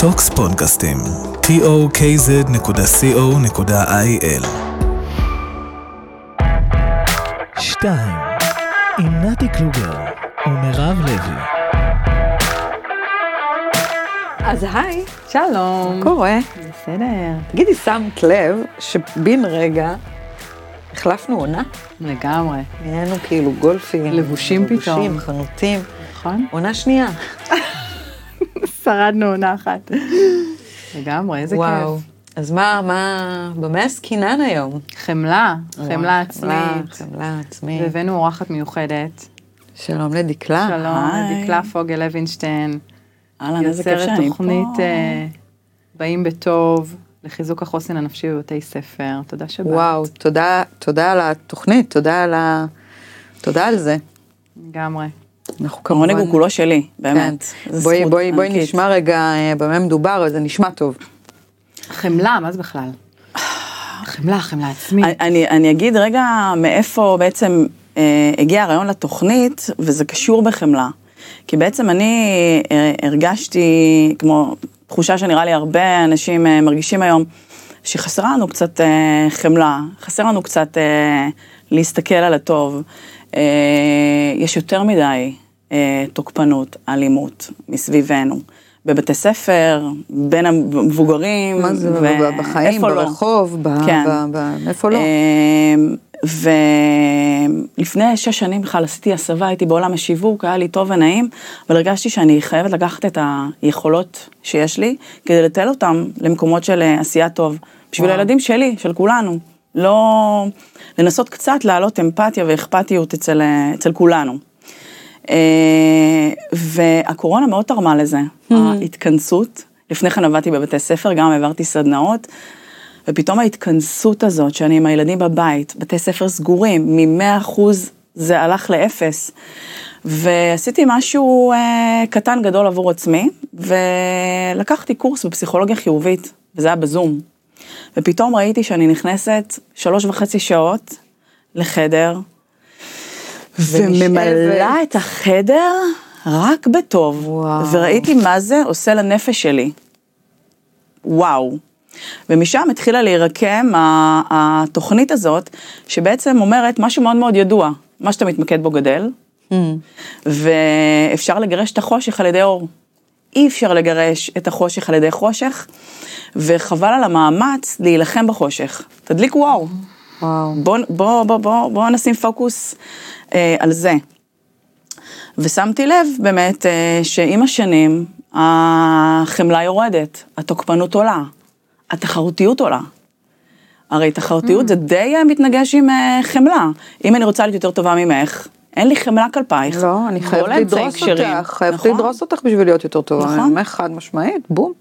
טוקס פודקאסטים, tokz.co.il 2. עם נתי קלוגר ומירב לוי. אז היי, שלום. קורה. בסדר. תגידי, שמת לב שבין רגע החלפנו עונה? לגמרי. נהיינו כאילו גולפים. לבושים פתאום. חנותים. נכון? עונה שנייה. שרדנו עונה אחת. לגמרי, איזה וואו. כיף. אז במה עסקינן היום? חמלה, חמלה עצמית. חמלה עצמית. והבאנו אורחת מיוחדת. שלום לדקלה. שלום, דקלה פוגל לוינשטיין. אהלן, איזה כיף שאני פה. יוצרת תוכנית באים בטוב, לחיזוק החוסן הנפשי בבתי ספר. תודה שבאת. וואו, תודה על התוכנית, תודה על זה. לגמרי. אנחנו כמובן... העונג הוא כולו שלי, באמת. בואי נשמע רגע במה מדובר, זה נשמע טוב. חמלה, מה זה בכלל? חמלה עצמית. אני אגיד רגע מאיפה בעצם הגיע הרעיון לתוכנית, וזה קשור בחמלה. כי בעצם אני הרגשתי, כמו תחושה שנראה לי הרבה אנשים מרגישים היום, שחסרה לנו קצת חמלה, חסר לנו קצת להסתכל על הטוב. יש יותר מדי תוקפנות, אלימות מסביבנו. בבתי ספר, בין המבוגרים. מה זה, בחיים, ברחוב, איפה לא? ולפני 6 שנים בכלל עשיתי הסבה, הייתי בעולם השיווק, היה לי טוב ונעים, אבל הרגשתי שאני חייבת לקחת את היכולות שיש לי, כדי לתל אותם למקומות של עשייה טוב, בשביל הילדים שלי, של כולנו. לא לנסות קצת להעלות אמפתיה ואכפתיות אצל כולנו. והקורונה מאוד תרמה לזה, ההתכנסות, לפני כן עבדתי בבתי ספר, גם העברתי סדנאות, ופתאום ההתכנסות הזאת, שאני עם הילדים בבית, בתי ספר סגורים, מ100% זה הלך ל0, ועשיתי משהו קטן גדול עבור עצמי, ולקחתי קורס בפסיכולוגיה חיובית, וזה היה בזום, ופתאום ראיתי שאני נכנסת 3.5 שעות לחדר, וממלאה את החדר רק בטוב, וראיתי מה זה עושה לנפש שלי. וואו. ומשם התחילה להירקם התוכנית הזאת, שבעצם אומרת משהו מאוד מאוד ידוע, מה שאתה מתמקד בו גדל, ואפשר לגרש את החושך על ידי אור. אי אפשר לגרש את החושך על ידי חושך, וחבל על המאמץ להילחם בחושך. תדליק וואו. בוא נשים פוקוס על זה. ושמתי לב באמת שעם השנים החמלה יורדת, התוקפנות עולה, התחרותיות עולה. הרי תחרותיות זה די מתנגש עם חמלה. אם אני רוצה להיות יותר טובה ממך, אין לי חמלה כלפייך. לא, אני חייבת לדרוס אותך בשביל להיות יותר טובה. נכון. ממך חד משמעית, בום.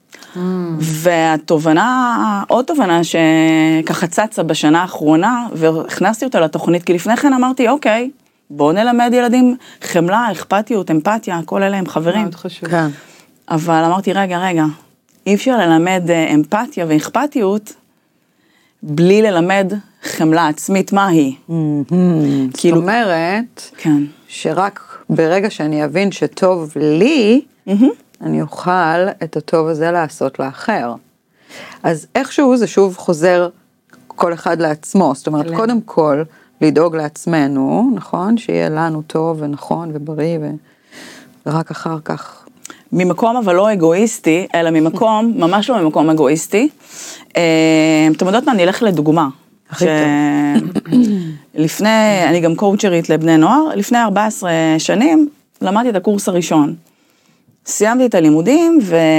והתובנה, עוד תובנה שככה צצה בשנה האחרונה, והכנסתי אותה לתוכנית, כי לפני כן אמרתי, אוקיי, בואו נלמד ילדים חמלה, אכפתיות, אמפתיה, כל אלה הם חברים. מאוד חשוב. כן. אבל אמרתי, רגע, אי אפשר ללמד אמפתיה ואכפתיות, בלי ללמד חמלה עצמית, מה היא? זאת אומרת, שרק ברגע שאני אבין שטוב לי, אני אוכל את הטוב הזה לעשות לאחר. אז איכשהו זה שוב חוזר כל אחד לעצמו, זאת אומרת, קודם כל, לדאוג לעצמנו, נכון? שיהיה לנו טוב ונכון ובריא, ורק אחר כך. ממקום אבל לא אגואיסטי, אלא ממקום, ממש לא ממקום אגואיסטי. אתם יודעות מה, אני אלך לדוגמה. לפני, אני גם קואוצ'רית לבני נוער, לפני 14 שנים, למדתי את הקורס הראשון. סיימתי את הלימודים,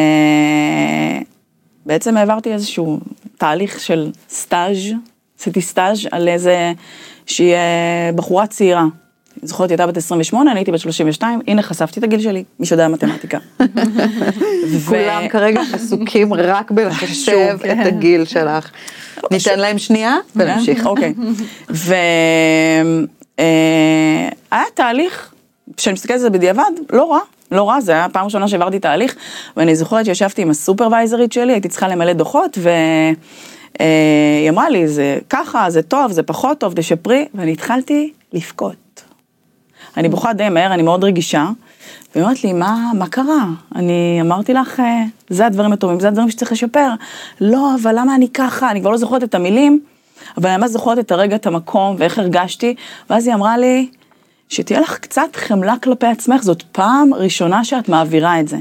ובעצם העברתי איזשהו תהליך של סטאז', עשיתי סטאז' על איזה שהיא בחורה צעירה. זוכרת, הייתה בת 28, אני הייתי בת 32, הנה חשפתי את הגיל שלי, מי שיודע מתמטיקה. כולם כרגע עסוקים רק בלחשב את הגיל שלך. ניתן להם שנייה ונמשיך. אוקיי. והיה תהליך, כשאני מסתכלת על זה בדיעבד, לא רע, זה היה פעם ראשונה שעברתי תהליך, ואני זוכרת שישבתי עם הסופרוויזרית שלי, הייתי צריכה למלא דוחות, היא אמרה לי, זה ככה, זה טוב, זה פחות טוב, תשפרי, ואני התחלתי לבכות. אני בוכה די מהר, אני מאוד רגישה, והיא אומרת לי, מה קרה? אני אמרתי לך, זה הדברים הטובים, זה הדברים שצריך לשפר. לא, אבל למה אני ככה? אני כבר לא זוכרת את המילים, אבל אני ממש זוכרת את הרגע, את המקום, ואיך הרגשתי, ואז היא אמרה לי, שתהיה לך קצת חמלה כלפי עצמך, זאת פעם ראשונה שאת מעבירה את זה.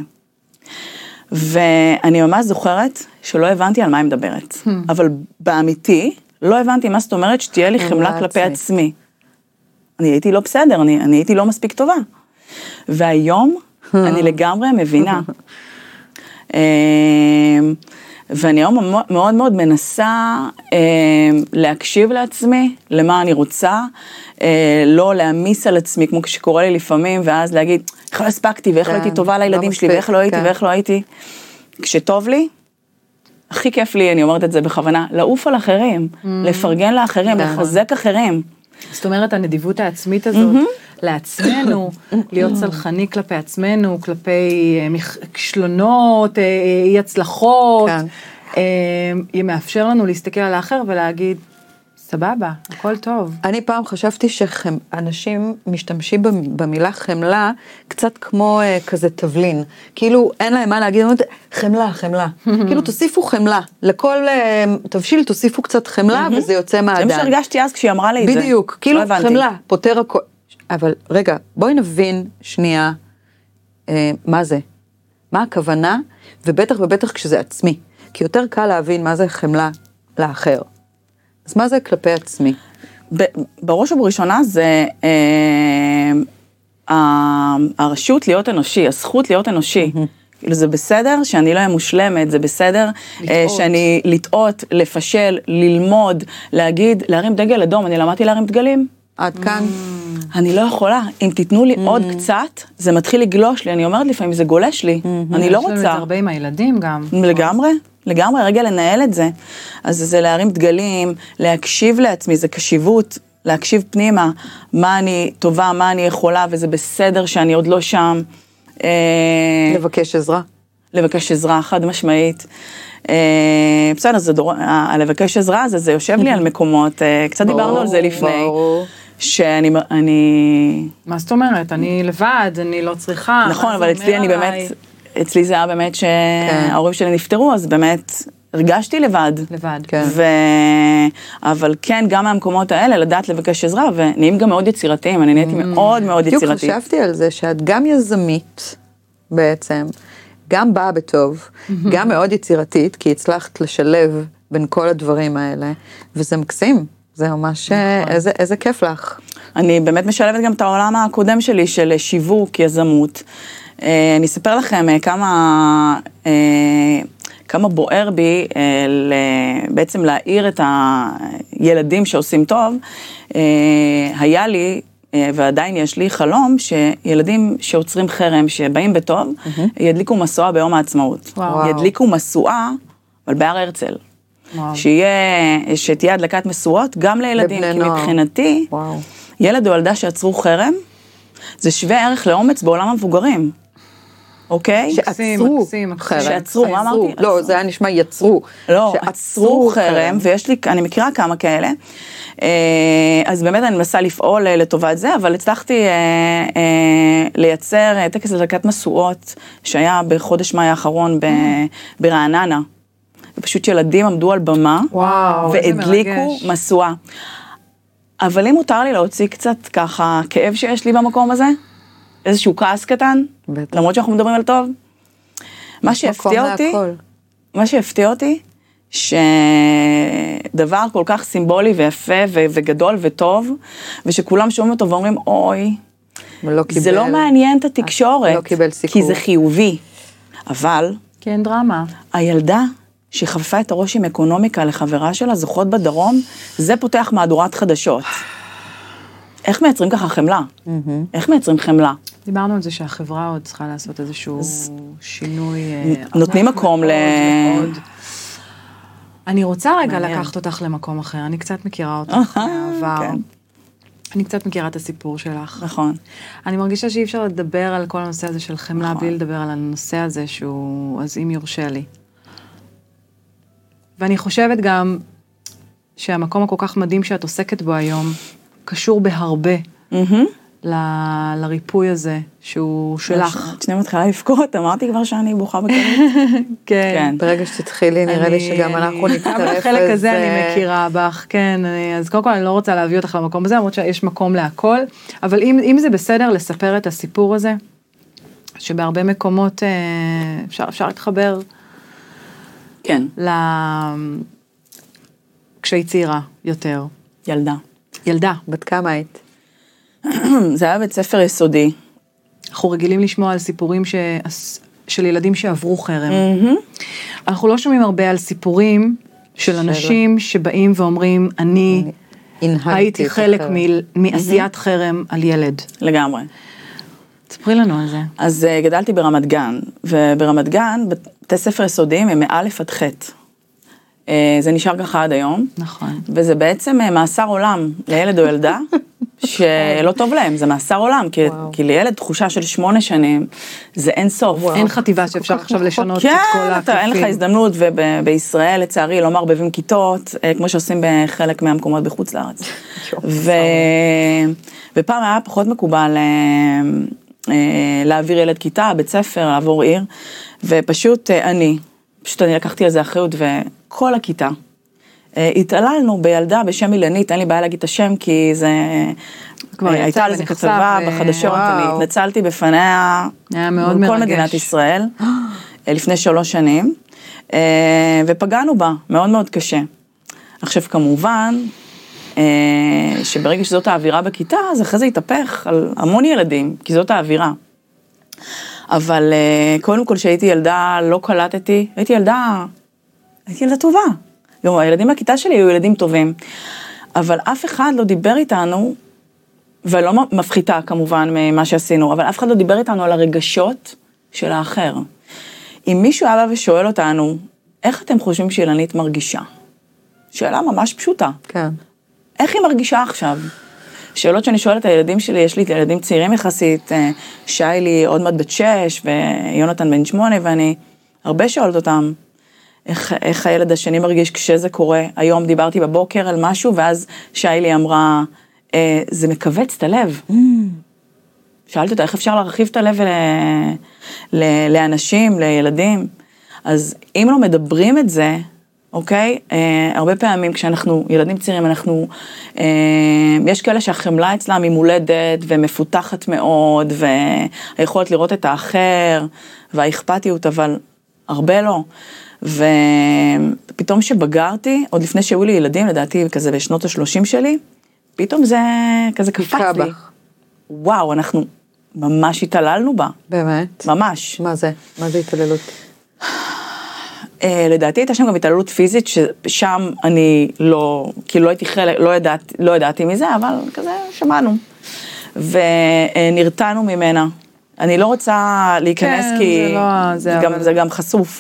ואני ממש זוכרת שלא הבנתי על מה היא מדברת, אבל באמיתי, לא הבנתי מה זאת אומרת שתהיה לי חמלה כלפי עצמי. אני הייתי לא בסדר, אני הייתי לא מספיק טובה. והיום אני לגמרי מבינה. ואני היום מאוד מאוד מנסה להקשיב לעצמי, למה אני רוצה, לא להמיס על עצמי, כמו שקורה לי לפעמים, ואז להגיד, איך לא הספקתי, ואיך לא הייתי טובה לילדים שלי, ואיך לא הייתי, ואיך לא הייתי. כשטוב לי, הכי כיף לי, אני אומרת את זה בכוונה, לעוף על אחרים, לפרגן לאחרים, לחזק אחרים. זאת אומרת, הנדיבות העצמית הזאת, לעצמנו, להיות סלחני כלפי עצמנו, כלפי כישלונות, אי הצלחות, היא מאפשר לנו להסתכל על האחר ולהגיד, סבבה, הכל טוב. אני פעם חשבתי שאנשים משתמשים במילה חמלה, קצת כמו כזה תבלין. כאילו אין להם מה להגיד, חמלה, חמלה. כאילו תוסיפו חמלה. לכל תבשיל תוסיפו קצת חמלה, וזה יוצא מהדן. זה מה שהרגשתי אז כשהיא אמרה לי את זה. בדיוק, כאילו חמלה, פותר הכל. אבל רגע, בואי נבין שנייה, מה זה? מה הכוונה? ובטח ובטח כשזה עצמי. כי יותר קל להבין מה זה חמלה לאחר. אז מה זה כלפי עצמי? בראש ובראשונה זה הרשות להיות אנושי, הזכות להיות אנושי. כאילו זה בסדר שאני לא אהיה מושלמת, זה בסדר שאני לטעות, לפשל, ללמוד, להגיד, להרים דגל אדום, אני למדתי להרים דגלים. עד כאן. אני לא יכולה, אם תיתנו לי עוד קצת, זה מתחיל לגלוש לי, אני אומרת לפעמים, זה גולש לי, אני לא רוצה. יש לנו את הרבה עם הילדים גם. לגמרי, רגע לנהל את זה. אז זה להרים דגלים, להקשיב לעצמי, זה קשיבות, להקשיב פנימה, מה אני טובה, מה אני יכולה, וזה בסדר שאני עוד לא שם. לבקש עזרה. לבקש עזרה, חד משמעית. בסדר, לבקש עזרה, זה יושב לי על מקומות, קצת דיברנו על זה לפני. שאני... מה זאת אומרת? אני לבד, אני לא צריכה. נכון, אבל אצלי אני באמת, אצלי זה היה באמת שההורים שלי נפטרו, אז באמת הרגשתי לבד. לבד. אבל כן, גם מהמקומות האלה, לדעת לבקש עזרה, ונהיים גם מאוד יצירתיים, אני נהייתי מאוד מאוד יצירתית. בדיוק חשבתי על זה, שאת גם יזמית בעצם, גם באה בטוב, גם מאוד יצירתית, כי הצלחת לשלב בין כל הדברים האלה, וזה מקסים. זה ממש, איזה כיף לך. אני באמת משלבת גם את העולם הקודם שלי, של שיווק, יזמות. אני אספר לכם כמה בוער בי, בעצם להעיר את הילדים שעושים טוב. היה לי, ועדיין יש לי חלום, שילדים שעוצרים חרם, שבאים בטוב, ידליקו מסועה ביום העצמאות. ידליקו מסועה, אבל בהר הרצל. שתהיה הדלקת מסועות גם לילדים, כי מבחינתי, ילד או ילדה שעצרו חרם, זה שווה ערך לאומץ בעולם המבוגרים, אוקיי? שעצרו חרם. שעצרו, מה אמרתי? לא, זה היה נשמע יצרו. לא, עצרו חרם, ויש לי, אני מכירה כמה כאלה, אז באמת אני מנסה לפעול לטובת זה, אבל הצלחתי לייצר טקס הדלקת מסועות, שהיה בחודש מאי האחרון ברעננה. ופשוט ילדים עמדו על במה, והדליקו מסועה. אבל אם מותר לי להוציא קצת ככה כאב שיש לי במקום הזה, איזשהו כעס קטן, למרות שאנחנו מדברים על טוב, מה שהפתיע אותי, שדבר כל כך סימבולי ויפה וגדול וטוב, ושכולם שומעים אותו ואומרים, אוי, זה לא מעניין את התקשורת, כי זה חיובי. אבל, כן, דרמה. הילדה, שחפפה את הראש עם אקונומיקה לחברה שלה, זוכות בדרום, זה פותח מהדורת חדשות. איך מייצרים ככה חמלה? איך מייצרים חמלה? דיברנו על זה שהחברה עוד צריכה לעשות איזשהו שינוי. נותנים מקום ל... אני רוצה רגע לקחת אותך למקום אחר, אני קצת מכירה אותך מהעבר. אני קצת מכירה את הסיפור שלך. נכון. אני מרגישה שאי אפשר לדבר על כל הנושא הזה של חמלה, בלי לדבר על הנושא הזה שהוא, אז אם יורשה לי. ואני חושבת גם שהמקום הכל כך מדהים שאת עוסקת בו היום, קשור בהרבה לריפוי הזה, שהוא שלך. שנייה מתחילה לבכות, אמרתי כבר שאני בוכה בקלות. כן. ברגע שתתחילי, נראה לי שגם אנחנו נצטרף לזה. בחלק הזה אני מכירה בך, כן, אז קודם כל אני לא רוצה להביא אותך למקום הזה, למרות שיש מקום להכל, אבל אם זה בסדר לספר את הסיפור הזה, שבהרבה מקומות אפשר להתחבר, כן. כשהיא צעירה יותר. ילדה. בת כמה היית? זה היה בית ספר יסודי. אנחנו רגילים לשמוע על סיפורים של ילדים שעברו חרם. אנחנו לא שומעים הרבה על סיפורים של אנשים שבאים ואומרים, אני הייתי חלק מעשיית חרם על ילד. לגמרי. תספרי לנו על זה. אז גדלתי ברמת גן, וברמת גן, בתי ספר יסודיים הם מא' עד ח'. זה נשאר ככה עד היום. נכון. וזה בעצם מאסר עולם לילד או ילדה, שלא טוב להם, זה מאסר עולם, כי לילד תחושה של 8 שנים, זה אין סוף. אין חטיבה שאפשר עכשיו לשנות את כל הכיפים. כן, אין לך הזדמנות, ובישראל לצערי לא מערבבים כיתות, כמו שעושים בחלק מהמקומות בחוץ לארץ. ופעם היה פחות מקובל להעביר ילד כיתה, בית ספר, לעבור עיר, ופשוט אני לקחתי על זה אחריות, וכל הכיתה, התעללנו בילדה בשם אילנית, אין לי בעיה להגיד את השם, כי זה, הייתה על זה כתבה בחדשות, אני התנצלתי בפניה, כל מדינת ישראל, לפני 3 שנים, ופגענו בה, מאוד מאוד קשה. עכשיו כמובן, שברגע שזאת האווירה בכיתה, אז אחרי זה יתהפך על המון ילדים, כי זאת האווירה. אבל קודם כל שהייתי ילדה, לא קלטתי, הייתי ילדה טובה. גם הילדים בכיתה שלי היו ילדים טובים. אבל אף אחד לא דיבר איתנו, ולא מפחיתה כמובן ממה שעשינו, אבל אף אחד לא דיבר איתנו על הרגשות של האחר. אם מישהו היה בא ושואל אותנו, איך אתם חושבים שאילנית מרגישה? שאלה ממש פשוטה. כן. איך היא מרגישה עכשיו? שאלות שאני שואלת, הילדים שלי, יש לי ילדים צעירים יחסית, שיילי עוד מעט בת 6, ויונתן בן 8, ואני הרבה שואלת אותם, איך הילד השני מרגיש כשזה קורה. היום דיברתי בבוקר על משהו, ואז שיילי אמרה, זה מכווץ את הלב. שאלתי אותה, איך אפשר להרחיב את הלב לאנשים, לילדים? אז אם לא מדברים את זה, אוקיי? הרבה פעמים כשאנחנו ילדים צעירים, יש כאלה שהחמלה אצלם היא מולדת ומפותחת מאוד, והיכולת לראות את האחר, והאכפתיות, אבל הרבה לא. ופתאום שבגרתי, עוד לפני שהיו לי ילדים, לדעתי כזה בשנות ה-30 שלי, פתאום זה כזה קפץ לי. וואו, אנחנו ממש התעללנו בה. באמת? ממש. מה זה? מה זה התעללות? לדעתי הייתה שם גם התעללות פיזית, ששם אני לא, כאילו לא הייתי חלק, לא ידעתי מזה, אבל כזה שמענו. ונרתענו ממנה. אני לא רוצה להיכנס, כן, כי זה גם חשוף.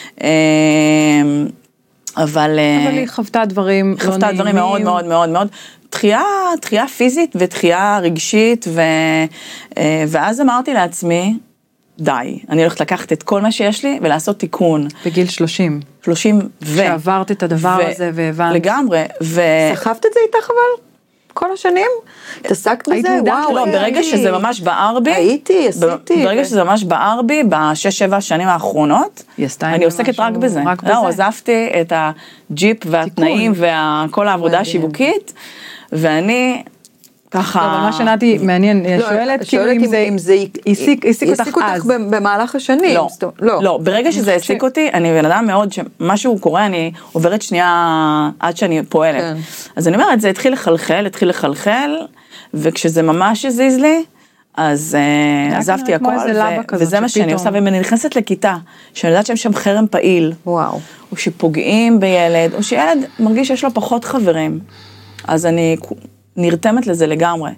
אבל היא חוותה דברים לא נעימים. חוותה דברים מאוד מאוד מאוד מאוד. תחייה פיזית ותחייה רגשית, ואז אמרתי לעצמי, די, אני הולכת לקחת את כל מה שיש לי ולעשות תיקון. בגיל 30. 30 שעברת את הדבר הזה והבנת. לגמרי. סחבת את זה איתך אבל? כל השנים? התעסקת בזה? וואו, לא, ברגע שזה ממש בער בי. עשיתי. ברגע שזה ממש בער בי, ב6-7 שנים האחרונות, אני עוסקת רק בזה. לא, עזבתי את הג'יפ והתנאים וכל העבודה השיווקית, ואני ככה... אבל מה שנעתי מעניין, שואלת כאילו אם זה העסיק אותך אז. במהלך השנים. לא, ברגע שזה העסיק אותי, אני בן אדם מאוד, שמשהו קורה, אני עוברת שנייה עד שאני פועלת. אז אני אומרת, זה התחיל לחלחל, וכשזה ממש הזיז לי, אז עזבתי הכל, וזה מה שאני עושה, ואני נכנסת לכיתה, שאני יודעת שהם שם חרם פעיל, וואו. או שפוגעים בילד, או שילד מרגיש שיש לו פחות חברים, אז אני נרתמת לזה לגמרי.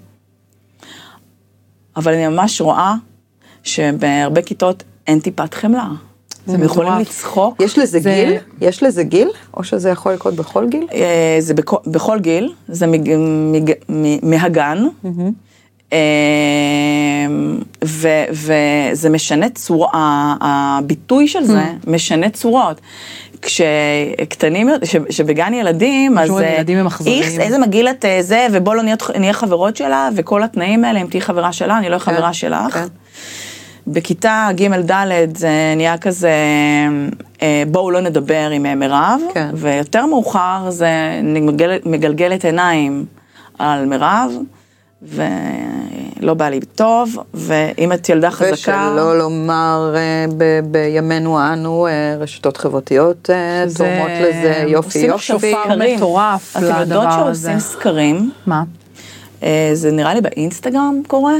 אבל אני ממש רואה שבהרבה כיתות אין טיפת חמלה. הם יכולים לצחוק. יש לזה גיל? או שזה יכול לקרות בכל גיל? זה בכל גיל, זה מהגן. וזה משנה צורה, הביטוי של זה משנה צורות. כשקטנים, שבגן ילדים, אז איקס, איזה מגיל את זה, ובוא לא נהיה חברות שלה, וכל התנאים האלה, אם תהי חברה שלה, אני לא חברה שלך. בכיתה ג' ד' זה נהיה כזה, בואו לא נדבר עם מירב, ויותר מאוחר זה מגלגלת עיניים על מירב, ולא בא לי טוב, ואם את ילדה חזקה... ושלא לומר בימינו אנו, רשתות חברתיות תורמות לזה, יופי. עושים שופר מטורף לדבר הזה. אתם יודעות שעושים סקרים. מה? זה נראה לי באינסטגרם קורה,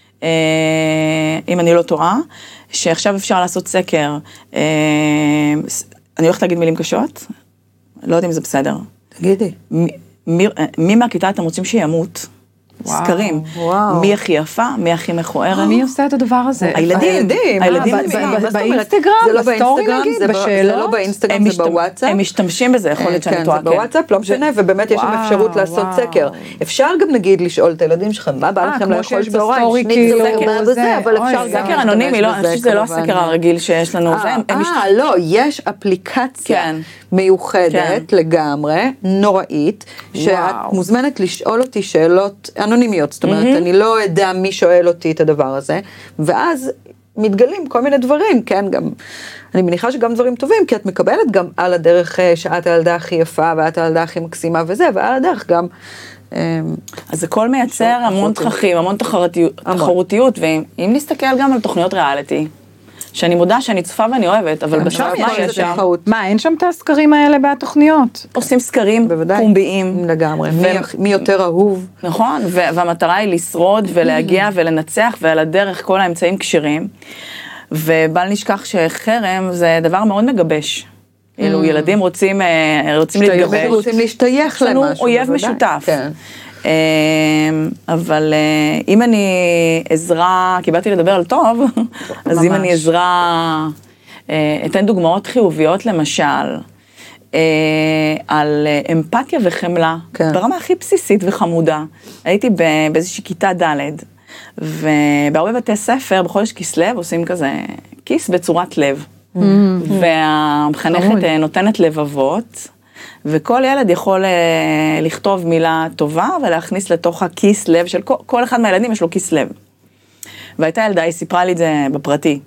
אם אני לא טועה, שעכשיו אפשר לעשות סקר. אני הולכת להגיד מילים קשות, לא יודעת אם זה בסדר. תגידי. מי מהכיתה אתם רוצים שימות? סקרים. מי הכי יפה, מי הכי מכוערת. מי עושה את הדבר הזה? הילדים. באינסטגרם, בסטורי נגיד, בשאלות. זה לא באינסטגרם, זה בוואטסאפ. הם משתמשים בזה, יכול להיות שאני טועה. כן, זה בוואטסאפ, לא משנה, ובאמת יש שם אפשרות לעשות סקר. אפשר גם נגיד לשאול את הילדים שלכם, מה בא לכם לאכול צהריים, אבל אפשר גם... סקר אנונימי, אני חושבת שזה לא הסקר הרגיל שיש לנו. לא, יש אפליקציה מיוחדת לגמרי, נוראית, שאת מוזמנת לשאול אותי שאלות אנונימיות, זאת אומרת, אני לא יודע מי שואל אותי את הדבר הזה, ואז מתגלים כל מיני דברים, כן, גם, אני מניחה שגם דברים טובים, כי את מקבלת גם על הדרך שאת הילדה הכי יפה, ואת הילדה הכי מקסימה וזה, ועל הדרך גם... אז הכל מייצר המון תככים, המון תחרותיות, ואם נסתכל גם על תוכניות ריאליטי, שאני מודה שאני צופה ואני אוהבת, אבל בסוף מה יש שם? מה, אין שם את הסקרים האלה בתוכניות? עושים סקרים פומביים. לגמרי, מי יותר אהוב. נכון, והמטרה היא לשרוד ולהגיע ולנצח, ועל הדרך כל האמצעים כשרים. ובל נשכח שחרם זה דבר מאוד מגבש. אלו ילדים רוצים להתגבש. רוצים להשתייך למשהו. יש לנו אויב משותף. אבל אם אני עזרה, כי באתי לדבר על טוב, אז אם אני עזרה, אתן דוגמאות חיוביות למשל, על אמפתיה וחמלה, ברמה הכי בסיסית וחמודה. הייתי באיזושהי כיתה ד' ובהרבה בתי ספר, בחודש כיס לב, עושים כזה כיס בצורת לב. והמחנכת נותנת לבבות, וכל ילד יכול לכתוב מילה טובה, ולהכניס לתוך הכיס לב של כל אחד מהילדים יש לו כיס לב. והייתה ילדה, היא סיפרה לי את זה בפרטי,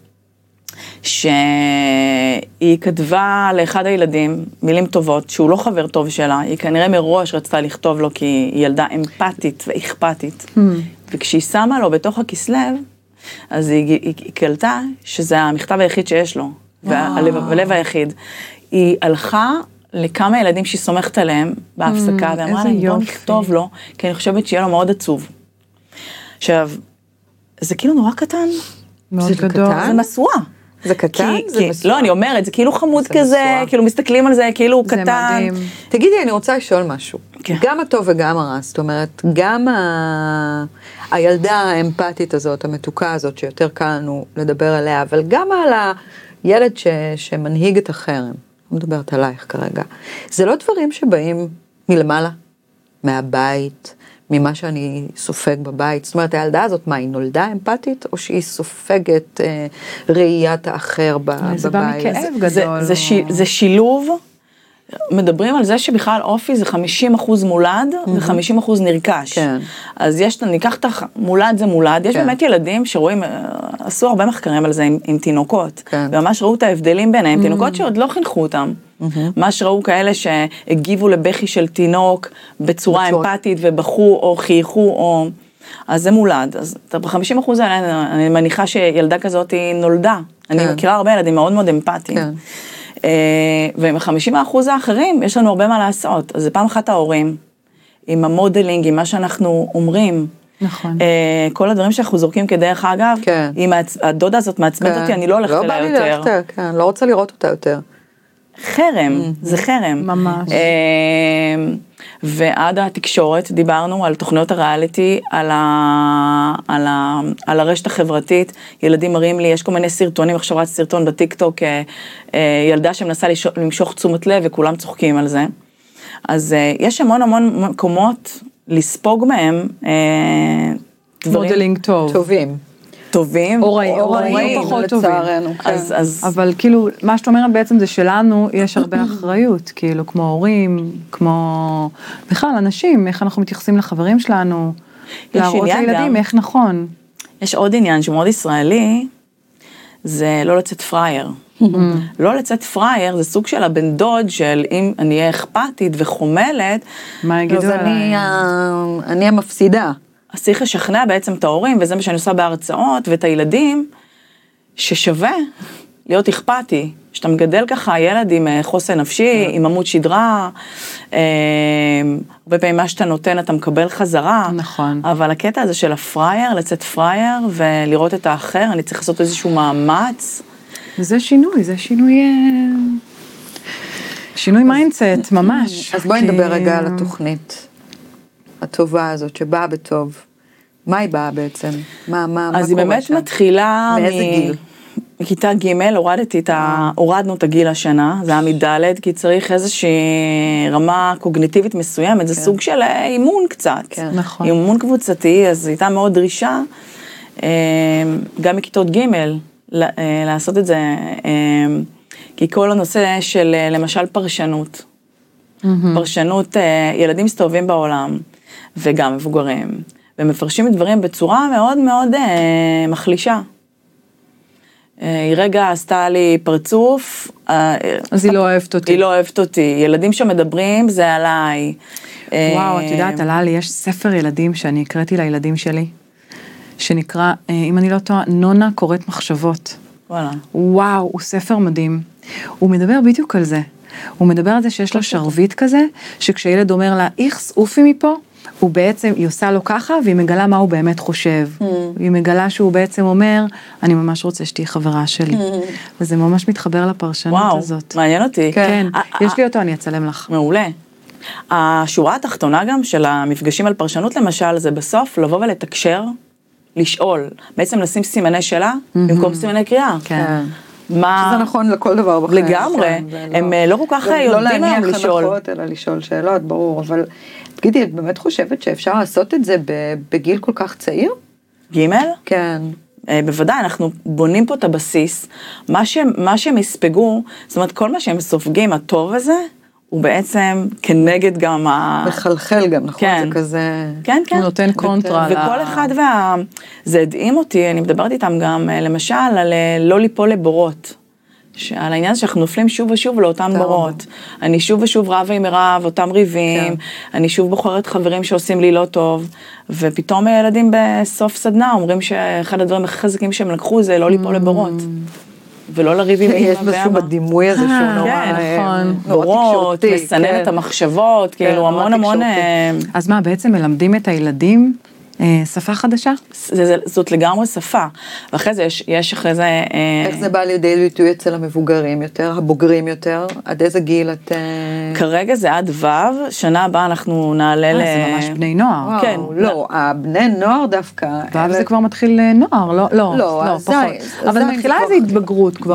שהיא כתבה לאחד הילדים מילים טובות, שהוא לא חבר טוב שלה, היא כנראה מראש רצתה לכתוב לו, כי היא ילדה אמפתית ואכפתית. וכשהיא שמה לו בתוך הכיס לב, אז היא קלטה שזה המכתב היחיד שיש לו, והלב היחיד. היא הלכה לכמה ילדים שהיא סומכת עליהם בהפסקה, ואמרה להם, בוא נכתוב לו, כי אני חושבת שיהיה לו מאוד עצוב. עכשיו, זה כאילו נורא קטן. מאוד גדול. זה מסוע. זה קטן? לא, אני אומרת, זה כאילו חמוד כזה, כאילו מסתכלים על זה, כאילו קטן. זה מדהים. תגידי, אני רוצה לשאול משהו. גם הטוב וגם הרע, זאת אומרת, גם הילדה האמפתית הזאת, המתוקה הזאת, שיותר קל לנו לדבר עליה, אבל גם על הילד שמנהיג את החרם. אני מדברת עלייך כרגע. זה לא דברים שבאים מלמעלה, מהבית, ממה שאני סופג בבית. זאת אומרת, הילדה הזאת, מה, היא נולדה אמפתית, או שהיא סופגת ראיית האחר בבית? זה בא מכאב גדול. זה שילוב, מדברים על זה שבכלל אופי זה 50% מולד, ו50% נרכש. כן. אז ניקח את המולד זה מולד, יש באמת ילדים שרואים, עשו הרבה מחקרים על זה עם תינוקות, וממש ראו את ההבדלים ביניהם, תינוקות שעוד לא חינכו אותם, ממש ראו כאלה שהגיבו לבכי של תינוק בצורה אמפתית, ובכו או חייכו, אז זה מולד. אז ב-50% האלה, אני מניחה שילדה כזאת היא נולדה. אני מכירה הרבה ילדים מאוד מאוד אמפתיים. ועם 50% האחרים, יש לנו הרבה מה לעשות. אז זה פעם אחת ההורים, עם המודלינג, עם מה שאנחנו אומרים. נכון. כל הדברים שאנחנו זורקים כדרך אגב, אם הדודה הזאת מעצבנת אותי, אני לא הולכת אליה יותר. לא בא לי ללכת, כן, לא רוצה לראות אותה יותר. חרם, זה חרם. ממש. ועד התקשורת דיברנו על תוכניות הריאליטי, על הרשת החברתית, ילדים מראים לי, יש כל מיני סרטונים, עכשיו רץ סרטון בטיקטוק, ילדה שמנסה למשוך תשומת לב וכולם צוחקים על זה. אז יש המון מקומות לספוג מהם מודלינג טוב. טובים. או רעים, פחות טובים. אבל כאילו, מה שאת אומרת בעצם זה שלנו יש הרבה אחריות, כאילו, כמו הורים, כמו בכלל, אנשים, איך אנחנו מתייחסים לחברים שלנו, להראות לילדים, איך נכון. יש עוד עניין שמאוד ישראלי, זה לא לצאת פרייר. לא לצאת פרייר, זה סוג של הבן דוד של אם אני אהיה אכפתית וחומלת, מה יגידו עליי? אני המפסידה. אז צריך לשכנע בעצם את ההורים, וזה מה שאני עושה בהרצאות, ואת הילדים, ששווה להיות אכפתי, שאתה מגדל ככה ילד עם חוסן נפשי, עם עמוד שדרה, הרבה פעמים מה שאתה נותן אתה מקבל חזרה, נכון. אבל הקטע הזה של הפרייר, לצאת פרייר, ולראות את האחר, אני צריך לעשות איזשהו מאמץ. זה שינוי מיינדסט, ממש. אז בואי נדבר רגע על התוכנית הטובה הזאת, שבאה בטוב. מה היא באה בעצם? מה קורה שם? אז היא באמת מתחילה מאיזה גיל? מכיתה ג' הורדנו את הגיל השנה, זה היה מד' כי צריך איזושהי רמה קוגניטיבית מסוימת, זה סוג של אימון קצת. נכון. אימון קבוצתי, אז הייתה מאוד דרישה, גם מכיתות ג' לעשות את זה, כי כל הנושא של למשל פרשנות, פרשנות, ילדים מסתובבים בעולם, וגם מבוגרים, ומפרשים את דברים בצורה מאוד מאוד מחלישה. היא רגע עשתה לי פרצוף. אז היא לא אוהבת אותי. היא לא אוהבת אותי. ילדים שמדברים זה עליי. וואו, את יודעת, עלה לי, יש ספר ילדים שאני הקראתי לילדים שלי, שנקרא, אם אני לא טועה, נונה קוראת מחשבות. וואלה. וואו, הוא ספר מדהים. הוא מדבר בדיוק על זה. הוא מדבר על זה שיש לו שרביט כזה, שכשילד אומר לה, איכס, אופי מפה, הוא בעצם, היא עושה לו ככה, והיא מגלה מה הוא באמת חושב. היא מגלה שהוא בעצם אומר, אני ממש רוצה שתהי חברה שלי. וזה ממש מתחבר לפרשנות הזאת. וואו, מעניין אותי. כן, יש לי אותו, אני אצלם לך. מעולה. השורה התחתונה גם של המפגשים על פרשנות למשל, זה בסוף לבוא ולתקשר, לשאול, בעצם לשים סימני שאלה, במקום סימני קריאה. כן. שזה נכון לכל דבר בחיים. לגמרי, הם לא כל כך יודעים היום לשאול. לא להניח הנחות, אלא לשאול שאלות, ברור, אבל תגידי, את באמת חושבת שאפשר לעשות את זה בגיל כל כך צעיר? ג'? כן. בוודאי, אנחנו בונים פה את הבסיס, מה שהם יספגו, זאת אומרת, כל מה שהם סופגים, הטוב הזה, הוא בעצם כנגד גם מחלחל גם, נכון? כן. זה כזה... כן, כן. הוא נותן קונטרה. וכל אחד זה הדהים אותי, אני מדברת איתם גם, למשל, על לא ליפול לבורות. על העניין שאנחנו נופלים שוב ושוב לאותם בורות. אני שוב ושוב רבה עם מירב, אותם ריבים, אני שוב בוחרת חברים שעושים לי לא טוב, ופתאום הילדים בסוף סדנה אומרים שאחד הדברים הכי חזקים שהם לקחו זה לא ליפול לבורות. ולא לריב עם יש משהו בדימוי הזה שהוא נורא בורות, מסנן את המחשבות, כאילו המון. אז מה, בעצם מלמדים את הילדים שפה חדשה? זאת לגמרי שפה, ואחרי זה יש אחרי זה... איך זה בא לידי ביטוי אצל המבוגרים יותר, הבוגרים יותר? עד איזה גיל את... כרגע זה עד ו', שנה הבאה אנחנו נעלה זה ממש בני נוער. כן. לא, הבני נוער דווקא... ו' זה כבר מתחיל נוער, לא, פחות. אבל מתחילה איזו התבגרות כבר.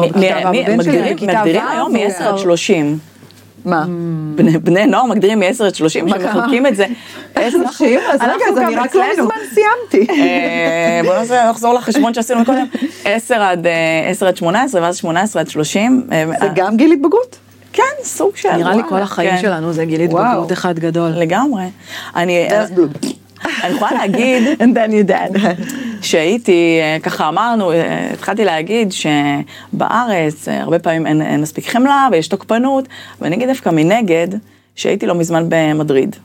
מגדירים היום מ-10 עד 30. מה? בני נוער מגדירים מ-10 עד 30, שמחלקים את זה. 30? אז רגע, אז אני רק לא מזמן סיימתי. בואו נחזור לחשבון שעשינו קודם. 10 עד 18, ואז 18 עד 30. זה גם גיל התבגרות? כן, סוג של... נראה לי כל החיים שלנו זה גיל התבגרות אחד גדול. לגמרי. אני יכולה להגיד, and then you dead. שהייתי, ככה אמרנו, התחלתי להגיד שבארץ הרבה פעמים אין מספיק חמלה ויש תוקפנות, ואני אגיד דווקא מנגד, שהייתי לא מזמן במדריד.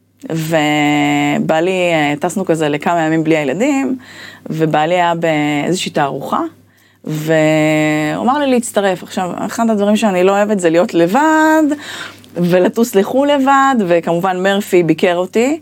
ובעלי, טסנו כזה לכמה ימים בלי הילדים, ובעלי היה באיזושהי תערוכה, והוא אמר לי להצטרף. עכשיו, אחד הדברים שאני לא אוהבת זה להיות לבד, ולטוס לחו"ל לבד, וכמובן מרפי ביקר אותי,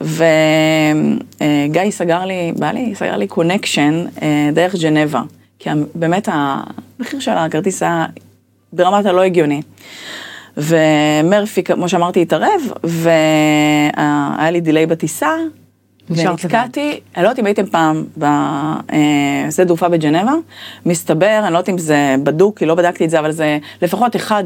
וגיא סגר לי, בעלי סגר לי קונקשן דרך ג'נבה, כי באמת המחיר של הכרטיס היה ברמת הלא הגיוני. ומרפי, כמו שאמרתי, התערב, והיה לי דילי בטיסה, ונתקעתי, אני לא יודעת אם הייתם פעם בשדה תעופה בג'נבה, מסתבר, אני לא יודעת אם זה בדוק, כי לא בדקתי את זה, אבל זה לפחות אחד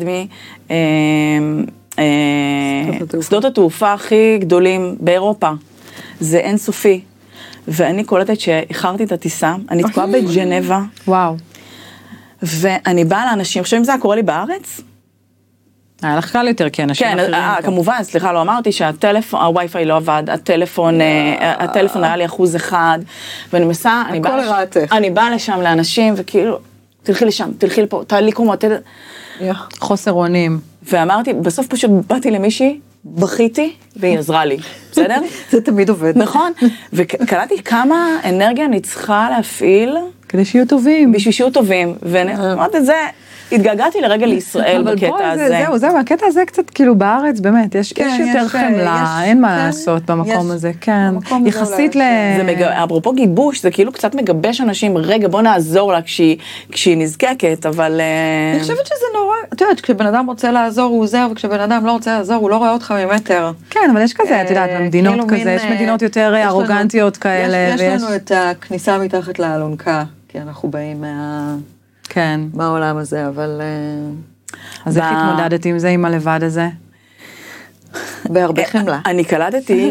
שדות התעופה הכי גדולים באירופה, זה אינסופי, ואני קולטת שאיחרתי את הטיסה, אני תקועה בג'נבה. וואו. ואני באה לאנשים, עכשיו אם זה היה קורה לי בארץ, היה לך קל יותר, כי אנשים אחרים פה. כן, כמובן, סליחה, לא אמרתי שהטלפון, הווי-פיי לא עבד, הטלפון היה לי 1%, ואני מסע, אני באה לשם לאנשים, וכאילו, תלכי לשם, תלכי לפה, תעלי קומות, חוסר אונים. ואמרתי, בסוף פשוט באתי למישהי, בכיתי, והיא עזרה לי, בסדר? זה תמיד עובד. נכון, וקלטתי כמה אנרגיה אני צריכה להפעיל, כדי שיהיו טובים. בשביל שיהיו טובים, ואמרתי את זה, התגעגעתי לרגע לישראל בקטע הזה. אבל זהו, הקטע הזה קצת כאילו בארץ, באמת, יש יותר חמלה, אין מה לעשות במקום הזה, כן. יחסית ל... אפרופו גיבוש, זה כאילו קצת מגבש אנשים, רגע, בוא נעזור לה כשהיא נזקקת, אבל... אני חושבת שזה נורא, את יודעת, כשבן אדם רוצה לעזור הוא עוזר, וכשבן אדם לא רוצה לעזור הוא לא רואה אותך ממטר. כן, אבל יש כזה, את יודעת, במדינות כזה, יש מדינות יותר ארוגנטיות כאלה. יש לנו את הכניסה מתחת לאלונקה, כי אנחנו באים מהעולם הזה, אבל... אז איך התמודדתי עם זה, עם הלבד הזה? בהרבה חמלה. אני קלטתי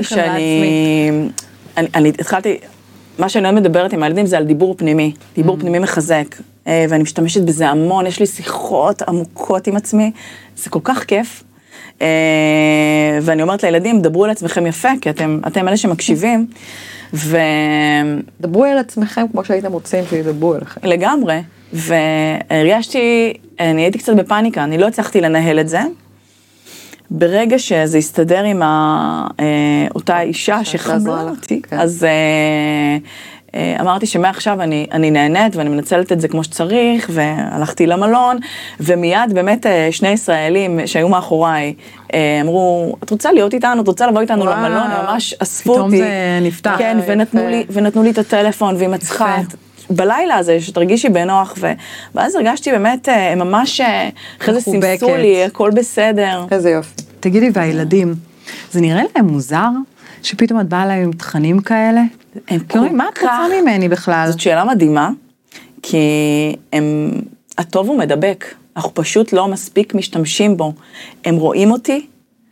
אני התחלתי, מה שאני עוד מדברת עם הילדים זה על דיבור פנימי, דיבור פנימי מחזק, ואני משתמשת בזה המון, יש לי שיחות עמוקות עם עצמי, זה כל כך כיף, ואני אומרת לילדים, דברו על עצמכם יפה, כי אתם אלה שמקשיבים, דברו על עצמכם כמו שהייתם רוצים שידברו עליכם. לגמרי, והרגשתי, אני הייתי קצת בפאניקה, אני לא הצלחתי לנהל את זה, ברגע שזה הסתדר עם אותה אישה שחזרה אותי, אז אמרתי שמעכשיו אני נהנית ואני מנצלת את זה כמו שצריך, והלכתי למלון, ומיד באמת שני ישראלים שהיו מאחוריי, אמרו, את רוצה להיות איתנו, את רוצה לבוא איתנו למלון, הם ממש אספו אותי. פתאום זה נפתח. כן, ונתנו לי את הטלפון, והיא מצחה בלילה הזה, שתרגישי בנוח, ואז הרגשתי באמת, הם ממש, אחרי זה סימסו לי, הכל בסדר. איזה יופי. תגידי, והילדים, זה נראה להם מוזר, שפתאום את באה להם עם תכנים כאלה? מה את רוצה ממני בכלל? זאת שאלה מדהימה, כי הטוב הוא מדבק, אנחנו פשוט לא מספיק משתמשים בו. הם רואים אותי,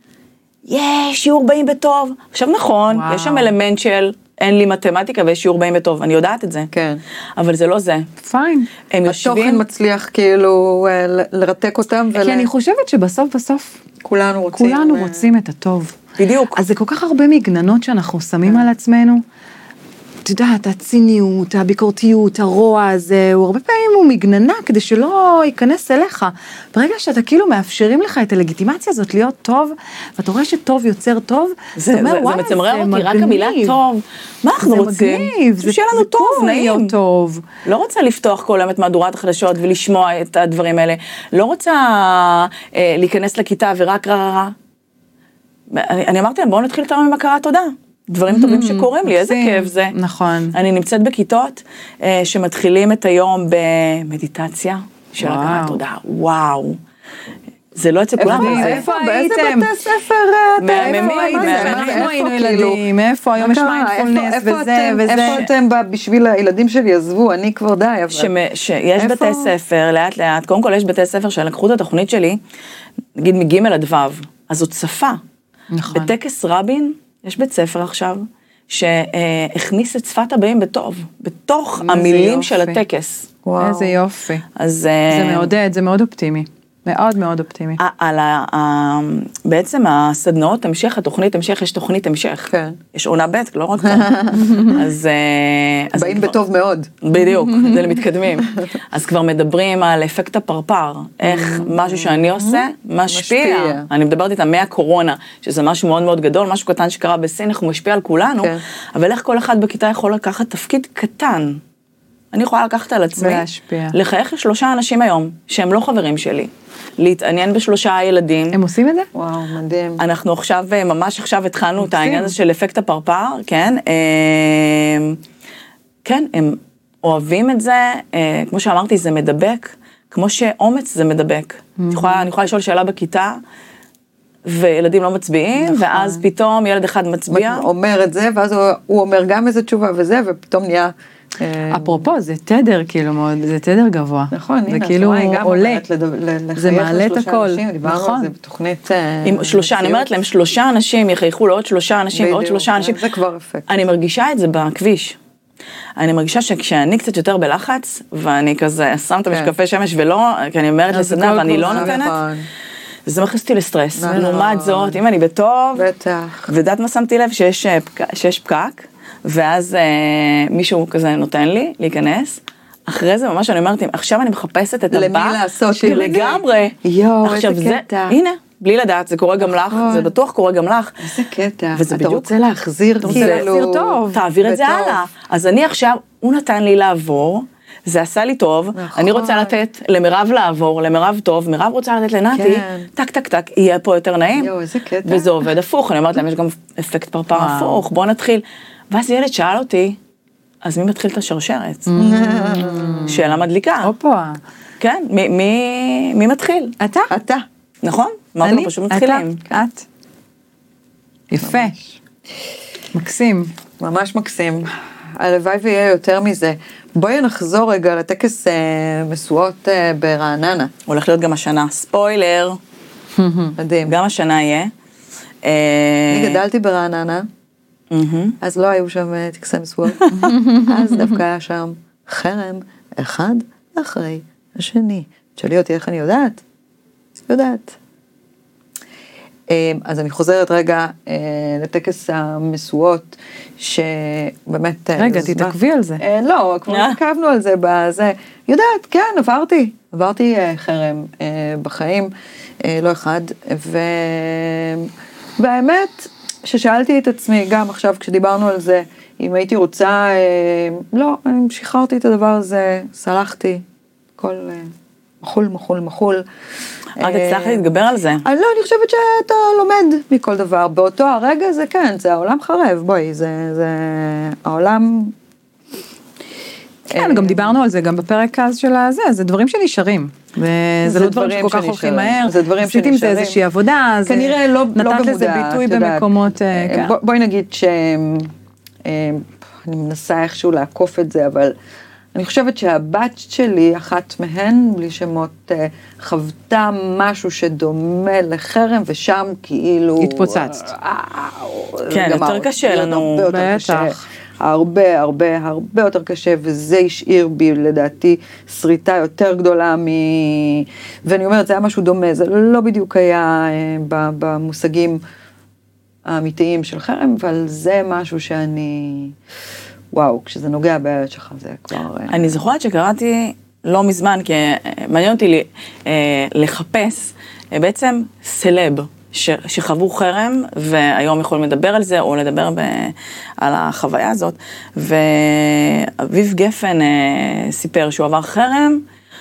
שיעור באים בטוב. עכשיו נכון, יש שם אלמנט של אין לי מתמטיקה ויש שיעור באים בטוב, אני יודעת את זה. כן. אבל זה לא זה. פיין. התוכן מצליח כאילו לרתק אותם. כי אני חושבת שבסוף כולנו רוצים את הטוב. בדיוק. אז זה כל כך הרבה מגננות שאנחנו שמים על עצמנו. את יודעת, הציניות, הביקורתיות, הרוע הזה, הוא הרבה פעמים הוא מגננה, כדי שלא ייכנס אליך. ברגע שאתה כאילו מאפשרים לך את הלגיטימציה הזאת להיות טוב, ואתה רואה שטוב יוצר טוב, זה מצמרר אותי, רק המילה טוב. מה אנחנו רוצים? זה מגניב, זה שיהיה לנו טוב, נעים. טוב. לא רוצה לפתוח כל היום את מהדורת החדשות ולשמוע את הדברים האלה. לא רוצה להיכנס לכיתה ורק רע. אני אמרתי להם, בואו נתחיל איתם עם הכרת תודה. דברים טובים שקורים לי, איזה כיף זה. נכון. אני נמצאת בכיתות שמתחילים את היום במדיטציה של הכרת תודה. וואו. זה לא אצל כולם. איפה הייתם? באיזה בתי ספר? איפה היינו ילדים? איפה? היום יש מיינדפולנס וזה וזה. איפה אתם בשביל הילדים שלי עזבו? אני כבר די. שיש בתי ספר, לאט לאט, קודם כל יש בתי ספר שלקחו את התוכנית שלי, נגיד מג' עד ו', אז זאת שפה. נכון. בטקס רבין, יש בית ספר עכשיו, שהכניס את שפת הבאים בטוב, בתוך המילים של הטקס. איזה יופי. אז זה מעודד, זה מאוד אופטימי. מאוד מאוד אופטימי. בעצם הסדנאות המשך, התוכנית המשך, יש תוכנית המשך. כן. יש עונה ב', לא רק פה. אז באים בטוב מאוד. בדיוק, זה למתקדמים. אז כבר מדברים על אפקט הפרפר, איך משהו שאני עושה משפיע. אני מדברת איתה מהקורונה, שזה משהו מאוד מאוד גדול, משהו קטן שקרה בסין, איך הוא משפיע על כולנו, אבל איך כל אחד בכיתה יכול לקחת תפקיד קטן. אני יכולה לקחת על עצמי, לחייך ל3 אנשים היום, שהם לא חברים שלי, להתעניין ב3 ילדים. הם עושים את זה? וואו, מדהים. אנחנו עכשיו, ממש עכשיו התחלנו את העניין הזה של אפקט הפרפר, כן? כן, הם אוהבים את זה, כמו שאמרתי, זה מדבק, כמו שאומץ זה מדבק. אני יכולה לשאול שאלה בכיתה, וילדים לא מצביעים, ואז פתאום ילד אחד מצביע. אומר את זה, ואז הוא אומר גם איזה תשובה וזה, ופתאום נהיה אפרופו, זה תדר כאילו מאוד, זה תדר גבוה. נכון, הנה, זה כאילו עולה, זה מעלה את הכל. דיברנו על זה בתוכנית. עם 3, אני אומרת להם 3 אנשים, יחייכו לעוד 3 אנשים, ועוד 3 אנשים. זה כבר אפקט. אני מרגישה את זה בכביש. אני מרגישה שכשאני קצת יותר בלחץ, ואני כזה שם את המשקפי שמש ולא, כי אני אומרת לסדנה ואני לא נותנת, זה מכניס אותי לסטרס. לעומת זאת, אם אני בטוב, ודעת מה שמתי לב שיש פקק, ואז מישהו כזה נותן לי להיכנס, אחרי זה ממש אני אומרת, עכשיו אני מחפשת את הבא, למי לעשות לגמרי. יואו, איזה קטע. הנה, בלי לדעת, זה קורה גם לך, זה בטוח קורה גם לך. איזה קטע. וזה אתה בדיוק. רוצה להחזיר, אתה רוצה להחזיר טוב. תעביר את זה הלאה. אז אני עכשיו, הוא נתן לי לעבור, זה עשה לי טוב, אני רוצה לתת למירב לעבור, למירב טוב, מירב רוצה לתת לנתי, טק טק טק, יהיה פה יותר נעים. יואו, איזה קטע. וזה עובד הפוך, אני אומרת להם, יש גם אפקט פרפר הפוך, בוא נתחיל. ואז ילד שאל אותי, אז מי מתחיל את השרשרת? שאלה מדליקה. הופה. כן, מי מתחיל? אתה. נכון? אמרנו, פשוט מתחילים. את. יפה. מקסים. ממש מקסים. הלוואי ויהיה יותר מזה. בואי נחזור רגע לטקס משואות ברעננה. הולך להיות גם השנה. ספוילר. מדהים. גם השנה יהיה. אני גדלתי ברעננה, אז לא היו שם טקסי משואות. אז דווקא היה שם חרם אחד אחרי השני. תשאלי אותי איך אני יודעת? יודעת. אז אני חוזרת רגע לטקס המשואות, שבאמת... רגע, תתעכבי על זה. לא, כבר התעכבנו על זה בזה. יודעת, כן, עברתי חרם בחיים, לא אחד, והאמת ששאלתי את עצמי, גם עכשיו כשדיברנו על זה, אם הייתי רוצה, לא, אני שחררתי את הדבר הזה, סלחתי, כל מחול. רק הצלחת להתגבר על זה. לא, אני חושבת שאתה לומד מכל דבר. באותו הרגע זה כן, זה העולם חרב, בואי, זה העולם... כן, גם דיברנו על זה, גם בפרק אז של הזה, זה דברים שנשארים. וזה לא דברים שכל כך הולכים מהר. זה דברים שנשארים. עשיתי עם זה איזושהי עבודה, אז כנראה לא במודע. נתת לזה ביטוי במקומות... בואי נגיד אני מנסה איכשהו לעקוף את זה, אבל... אני חושבת שהבת שלי, אחת מהן, בלי שמות, חוותה משהו שדומה לחרם, ושם כאילו... התפוצצת. כן, יותר קשה לנו. בטח. הרבה יותר קשה, וזה השאיר בי, לדעתי, שריטה יותר גדולה ואני אומרת, זה היה משהו דומה, זה לא בדיוק היה במושגים האמיתיים של חרם, אבל זה משהו שאני... וואו, כשזה נוגע בילד שלך, זה כבר... אני זוכרת שקראתי לא מזמן, כי מעניין אותי לחפש בעצם סלב שחוו חרם, והיום יכולים לדבר על זה, או לדבר על החוויה הזאת, ואביב גפן סיפר שהוא עבר חרם,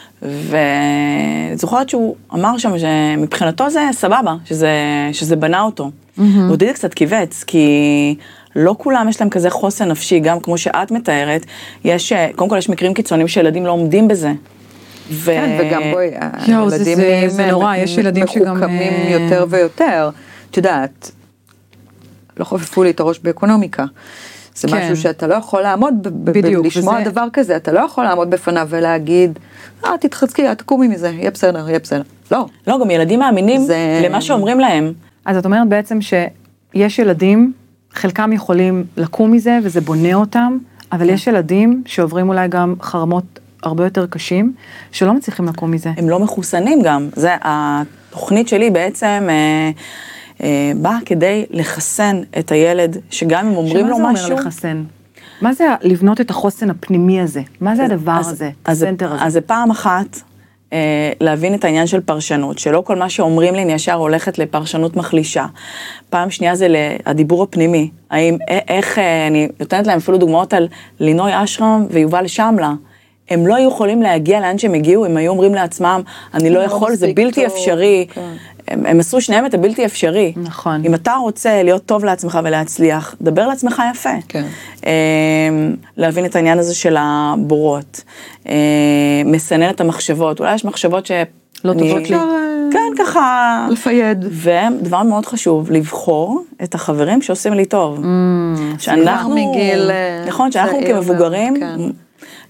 וזוכרת שהוא אמר שם שמבחינתו זה סבבה, שזה בנה אותו. ואותי זה קצת קיבץ, כי... לא כולם יש להם כזה חוסן נפשי, גם כמו שאת מתארת, קודם כל יש מקרים קיצוניים שילדים לא עומדים בזה. כן, וגם בואי, הילדים זה נורא, יש ילדים שגם... מחוכמים יותר ויותר. את יודעת, לא חופפו לי את הראש באקונומיקה. זה משהו שאתה לא יכול לעמוד, לשמוע דבר כזה, אתה לא יכול לעמוד בפניו ולהגיד, תתחזקי, תקומי מזה, יהיה בסדר. לא. לא, גם ילדים מאמינים למה שאומרים להם. אז את אומרת בעצם שיש ילדים, חלקם יכולים לקום מזה, וזה בונה אותם, אבל יש ילדים שעוברים אולי גם חרמות הרבה יותר קשים, שלא מצליחים לקום מזה. הם לא מחוסנים גם. התוכנית שלי בעצם באה כדי לחסן את הילד, שגם אם אומרים לו משהו... שמה זה אומר לחסן? מה זה לבנות את החוסן הפנימי הזה? מה זה הדבר הזה? הסנטר הזה? אז זה פעם אחת... להבין את העניין של פרשנות, שלא כל מה שאומרים לי אני ישר הולכת לפרשנות מחלישה. פעם שנייה זה הדיבור הפנימי, איך, אני נותנת להם אפילו דוגמאות על לינוי אשרם ויובל שמלה, הם לא היו יכולים להגיע לאן שהם הגיעו, הם היו אומרים לעצמם, אני לא יכול, זה בלתי אפשרי, הם עשו שניהם את הבלתי אפשרי. נכון. אם אתה רוצה להיות טוב לעצמך ולהצליח, דבר לעצמך יפה. כן. להבין את העניין הזה של הבורות, מסנן את המחשבות, אולי יש מחשבות לא טובות לי. כן, ככה. לפייד. ודבר מאוד חשוב, לבחור את החברים שעושים לי טוב. שאנחנו מגיל... נכון, שאנחנו כמבוגרים,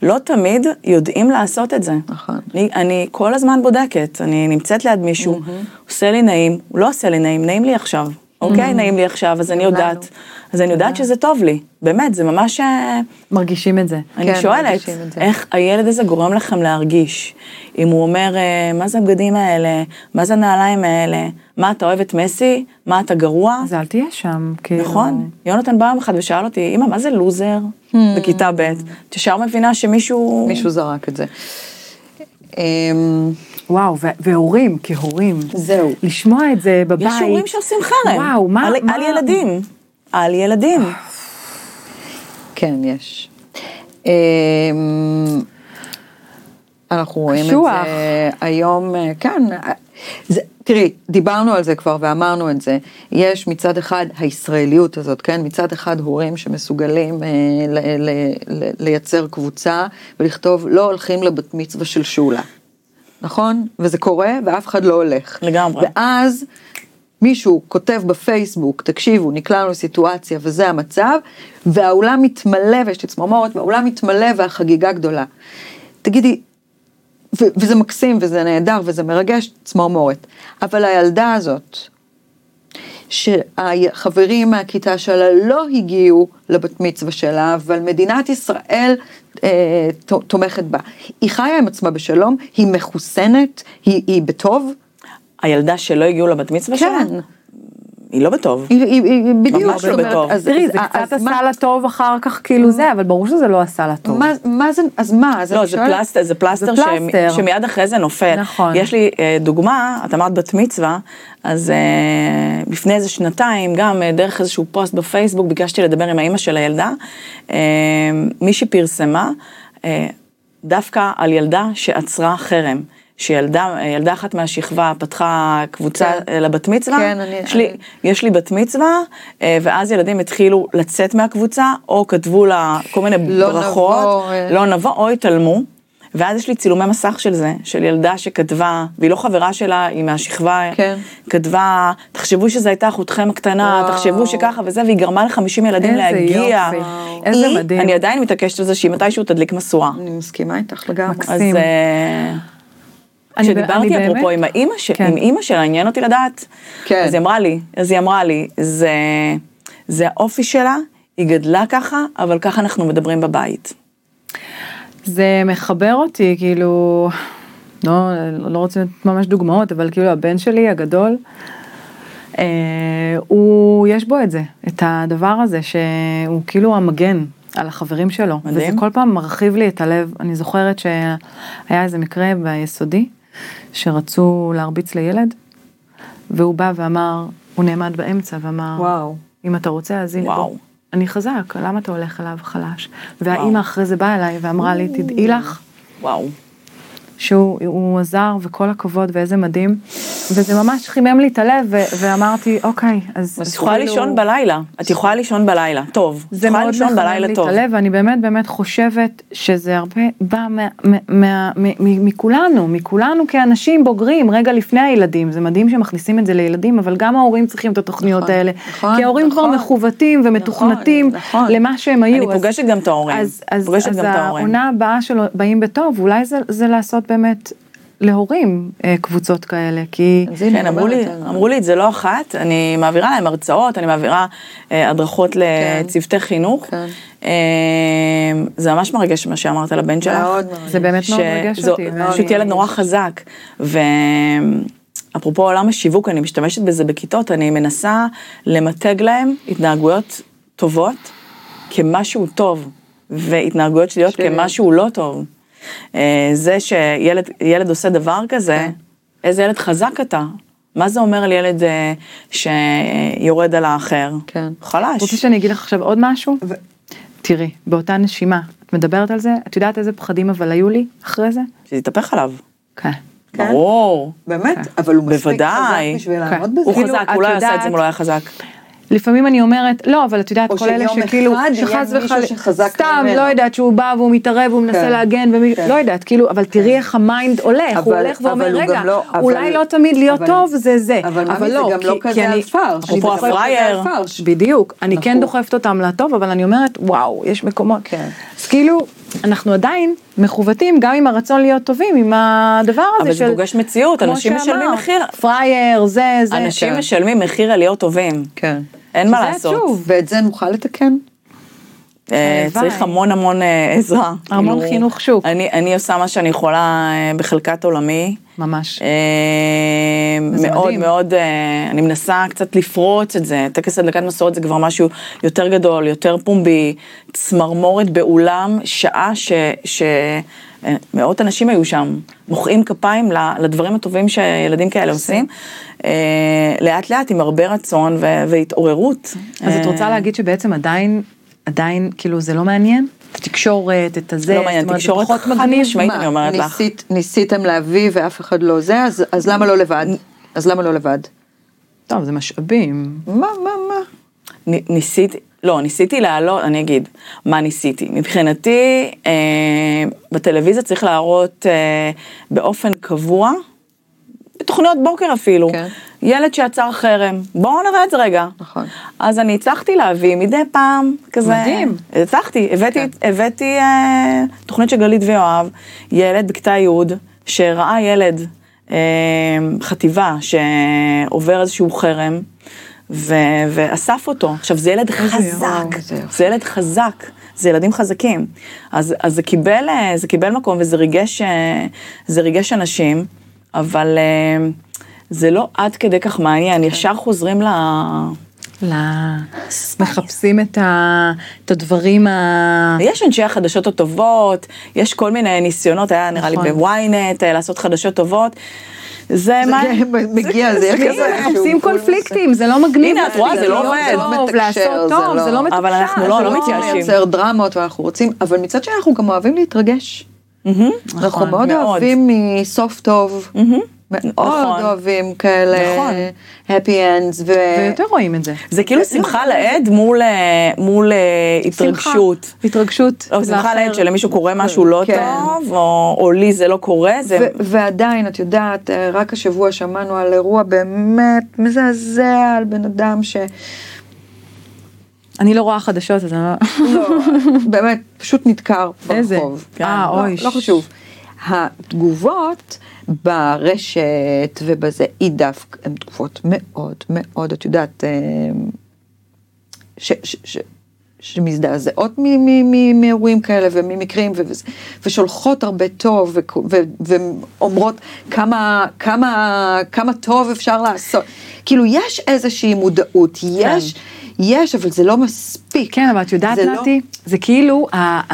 לא תמיד יודעים לעשות את זה. נכון. אני כל הזמן בודקת, אני נמצאת ליד מישהו, עושה לי נעים, הוא לא עושה לי נעים, נעים לי עכשיו. אוקיי, נעים לי עכשיו, אז אני יודעת. אז אני יודעת שזה טוב לי. באמת, זה ממש... מרגישים את זה. אני שואלת, איך הילד הזה גורם לכם להרגיש? אם הוא אומר, מה זה הבגדים האלה? מה זה הנעליים האלה? מה אתה אוהב את מסי? מה אתה גרוע? אז אל תהיה שם. נכון. יונתן בא יום אחד ושאל אותי, אמא, מה זה לוזר? בכיתה ב'. תשאר מבינה שמישהו... מישהו זרק את זה. וואו, והורים, כהורים. זהו. לשמוע את זה בבית. יש הורים שעושים חרם. וואו, מה? על ילדים. על ילדים. כן, יש. אנחנו רואים את זה היום, כן. תראי, דיברנו על זה כבר ואמרנו את זה. יש מצד אחד הישראליות הזאת, כן? מצד אחד הורים שמסוגלים לייצר קבוצה ולכתוב, לא הולכים לבת מצווה של שולה. נכון? וזה קורה ואף אחד לא הולך. לגמרי. ואז מישהו כותב בפייסבוק, תקשיבו, נקלענו לסיטואציה וזה המצב, והאולם מתמלא, ויש לי צמרמורת, והאולם מתמלא והחגיגה גדולה. תגידי, וזה מקסים וזה נהדר וזה מרגש, צמרמורת. אבל הילדה הזאת, שהחברים מהכיתה שלה לא הגיעו לבת מצווה שלה, אבל מדינת ישראל תומכת בה. היא חיה עם עצמה בשלום, היא מחוסנת, היא בטוב. הילדה שלא הגיעו לבת מצווה שלה? כן. היא לא בטוב. היא בדיוק. ממש לא בטוב. תראי, זה קצת עשה לה טוב אחר כך, כאילו זה, אבל ברור שזה לא עשה לה טוב. מה זה, אז מה? לא, זה פלסטר שמיד אחרי זה נופל. נכון. יש לי דוגמה, את אמרת בת מצווה, אז לפני איזה שנתיים, גם דרך איזשהו פוסט בפייסבוק, ביקשתי לדבר עם האמא של הילדה, מישהי פרסמה, דווקא על ילדה שעצרה חרם. שילדה אחת מהשכבה פתחה קבוצה לבת מצווה, יש לי בת מצווה, ואז ילדים התחילו לצאת מהקבוצה, או כתבו לה כל מיני ברכות, לא נבוא, או התעלמו, ואז יש לי צילומי מסך של זה, של ילדה שכתבה, והיא לא חברה שלה, היא מהשכבה, כתבה, תחשבו שזו הייתה אחותכם הקטנה, תחשבו שככה וזה, והיא גרמה ל50 ילדים להגיע. איזה מדהים. אני עדיין מתעקשת על זה, שהיא מתישהו תדליק משואה. אני מסכימה איתך לגמרי. מקסים. כשדיברתי אפרופו עם אמא שלה, עניין אותי לדעת, אז היא אמרה לי, זה האופי שלה, היא גדלה ככה, אבל ככה אנחנו מדברים בבית. זה מחבר אותי, כאילו, לא רוצה ממש דוגמאות, אבל כאילו הבן שלי הגדול, יש בו את זה, את הדבר הזה, שהוא כאילו המגן על החברים שלו. מדהים. וזה כל פעם מרחיב לי את הלב. אני זוכרת שהיה איזה מקרה ביסודי, שרצו להרביץ לילד, והוא בא ואמר, הוא נעמד באמצע ואמר, וואו. אם אתה רוצה, אז הנה בוא. אני חזק, למה אתה הולך אליו חלש? והאמא אחרי זה באה אליי ואמרה לי, תדעי לך, שהוא עזר וכל הכבוד ואיזה מדהים, וזה ממש חימם לי את הלב, ואמרתי, אוקיי, אז... את יכולה לישון בלילה, את יכולה לישון בלילה, טוב. זה מאוד מחמם לי את הלב, ואני באמת חושבת שזה הרבה בא מכולנו כאנשים בוגרים, רגע לפני הילדים, זה מדהים שמכניסים את זה לילדים, אבל גם ההורים צריכים את התוכניות האלה, כי ההורים כבר מכוותים ומתוכנתים למה שהם היו. אני פוגשת גם את ההורים. אז העונה הבאה שלו באים בטוב, אולי זה לעשות באמת להורים קבוצות כאלה, כי... כן, אמרו לי את זה לא אחת, אני מעבירה להם הרצאות, אני מעבירה הדרכות לצוותי חינוך, זה ממש מרגש מה שאמרת על הבן שלך. זה באמת מאוד מרגש אותי. פשוט ילד נורא חזק, ואפרופו עולם השיווק, אני משתמשת בזה בכיתות, אני מנסה למתג להם התנהגויות טובות כמשהו טוב, והתנהגויות שליליות כמשהו לא טוב. זה שילד עושה דבר כזה, איזה ילד חזק אתה? מה זה אומר על ילד שיורד על האחר? חלש. רוצה שאני אגיד לך עכשיו עוד משהו? תראי, באותה נשימה, את מדברת על זה, את יודעת איזה פחדים אבל היו לי אחרי זה? שזה יתהפך עליו. כן. ברור. באמת? אבל הוא מספיק חזק בשביל לעמוד בזה. הוא חזק, הוא לא יעשה את זה אם הוא לא היה חזק. לפעמים אני אומרת, לא, אבל את יודעת, כל אלה שכאילו, שחז וחזק, סתם, לא יודעת שהוא בא והוא מתערב והוא מנסה להגן, לא יודעת, כאילו, אבל תראי איך המיינד הולך, הוא הולך ואומר, רגע, אולי לא תמיד להיות טוב, זה, אבל לא, זה גם לא כזה הפרש. אפרופו הפרייר. בדיוק, אני כן דוחפת אותם לטוב, אבל אני אומרת, וואו, יש מקומות. אז כאילו, אנחנו עדיין מחוותים גם עם הרצון להיות טובים, עם הדבר הזה אבל זה פוגש מציאות, אנשים משלמים מחיר. פרייר, זה. אנשים משלמים מחיר על להיות טובים. כן. אין מה לעשות. ואת זה נוכל לתקן. צריך המון עזרה. המון חינוך שוק. אני עושה מה שאני יכולה בחלקת עולמי. ממש. מאוד מאוד, אני מנסה קצת לפרוץ את זה. טקס הדלקת מסורת זה כבר משהו יותר גדול, יותר פומבי, צמרמורת באולם, שעה שמאות אנשים היו שם, מוחאים כפיים לדברים הטובים שילדים כאלה עושים, לאט לאט עם הרבה רצון והתעוררות. אז את רוצה להגיד שבעצם עדיין, כאילו, זה לא מעניין? את התקשורת, את הזה, לא מעניין, תקשורת חד משמעית, אני אומרת לך. ניסיתם להביא ואף אחד לא זה, אז למה לא לבד? אז למה לא לבד? טוב, זה משאבים. מה? ניסיתי לעלות, אני אגיד, מה ניסיתי? מבחינתי, בטלוויזיה צריך להראות באופן קבוע, בתוכניות בוקר אפילו, ילד שיצר חרם, בואו נראה את זה רגע. נכון. אז אני הצלחתי להביא מדי פעם כזה. מדהים. הצלחתי, הבאתי תוכנית של גלית ויואב, ילד בכיתה י' שראה ילד חטיבה שעובר איזשהו חרם, ואסף אותו. עכשיו זה ילד חזק, זה ילד חזק. זה ילדים חזקים. אז זה קיבל מקום וזה ריגש אנשים, אבל זה לא עד כדי כך מעניין, ישר חוזרים מחפשים את הדברים יש אנשי החדשות הטובות, יש כל מיני ניסיונות, היה נראה לי בוויינט, לעשות חדשות טובות, זה מגיע, זה כזה. מחפשים קונפליקטים, זה לא מגניב. הנה, את רואה, זה לא עובד. לעשות טוב, זה לא מתקשר. אבל אנחנו לא מתייאשים. לייצר דרמות ואנחנו רוצים, אבל מצד שני אנחנו גם אוהבים להתרגש. אנחנו מאוד אוהבים מסוף טוב. מאוד אוהבים כאלה happy ends ויותר רואים את זה. זה כאילו שמחה לעד מול התרגשות. התרגשות. או שמחה לעד שלמישהו קורה משהו לא טוב, או לי זה לא קורה. ועדיין, את יודעת, רק השבוע שמענו על אירוע באמת מזעזע על בן אדם ש... אני לא רואה חדשות, אז אני לא... באמת, פשוט נדקר ברחוב. איזה? לא חשוב. התגובות ברשת ובזה, היא דווקא, הן תגובות מאוד מאוד, את יודעת, שמזדעזעות מאירועים כאלה וממקרים, ושולחות הרבה טוב, ואומרות כמה טוב אפשר לעשות. כאילו, יש איזושהי מודעות, יש, אבל זה לא מספיק. כן, אבל את יודעת, נתי, זה כאילו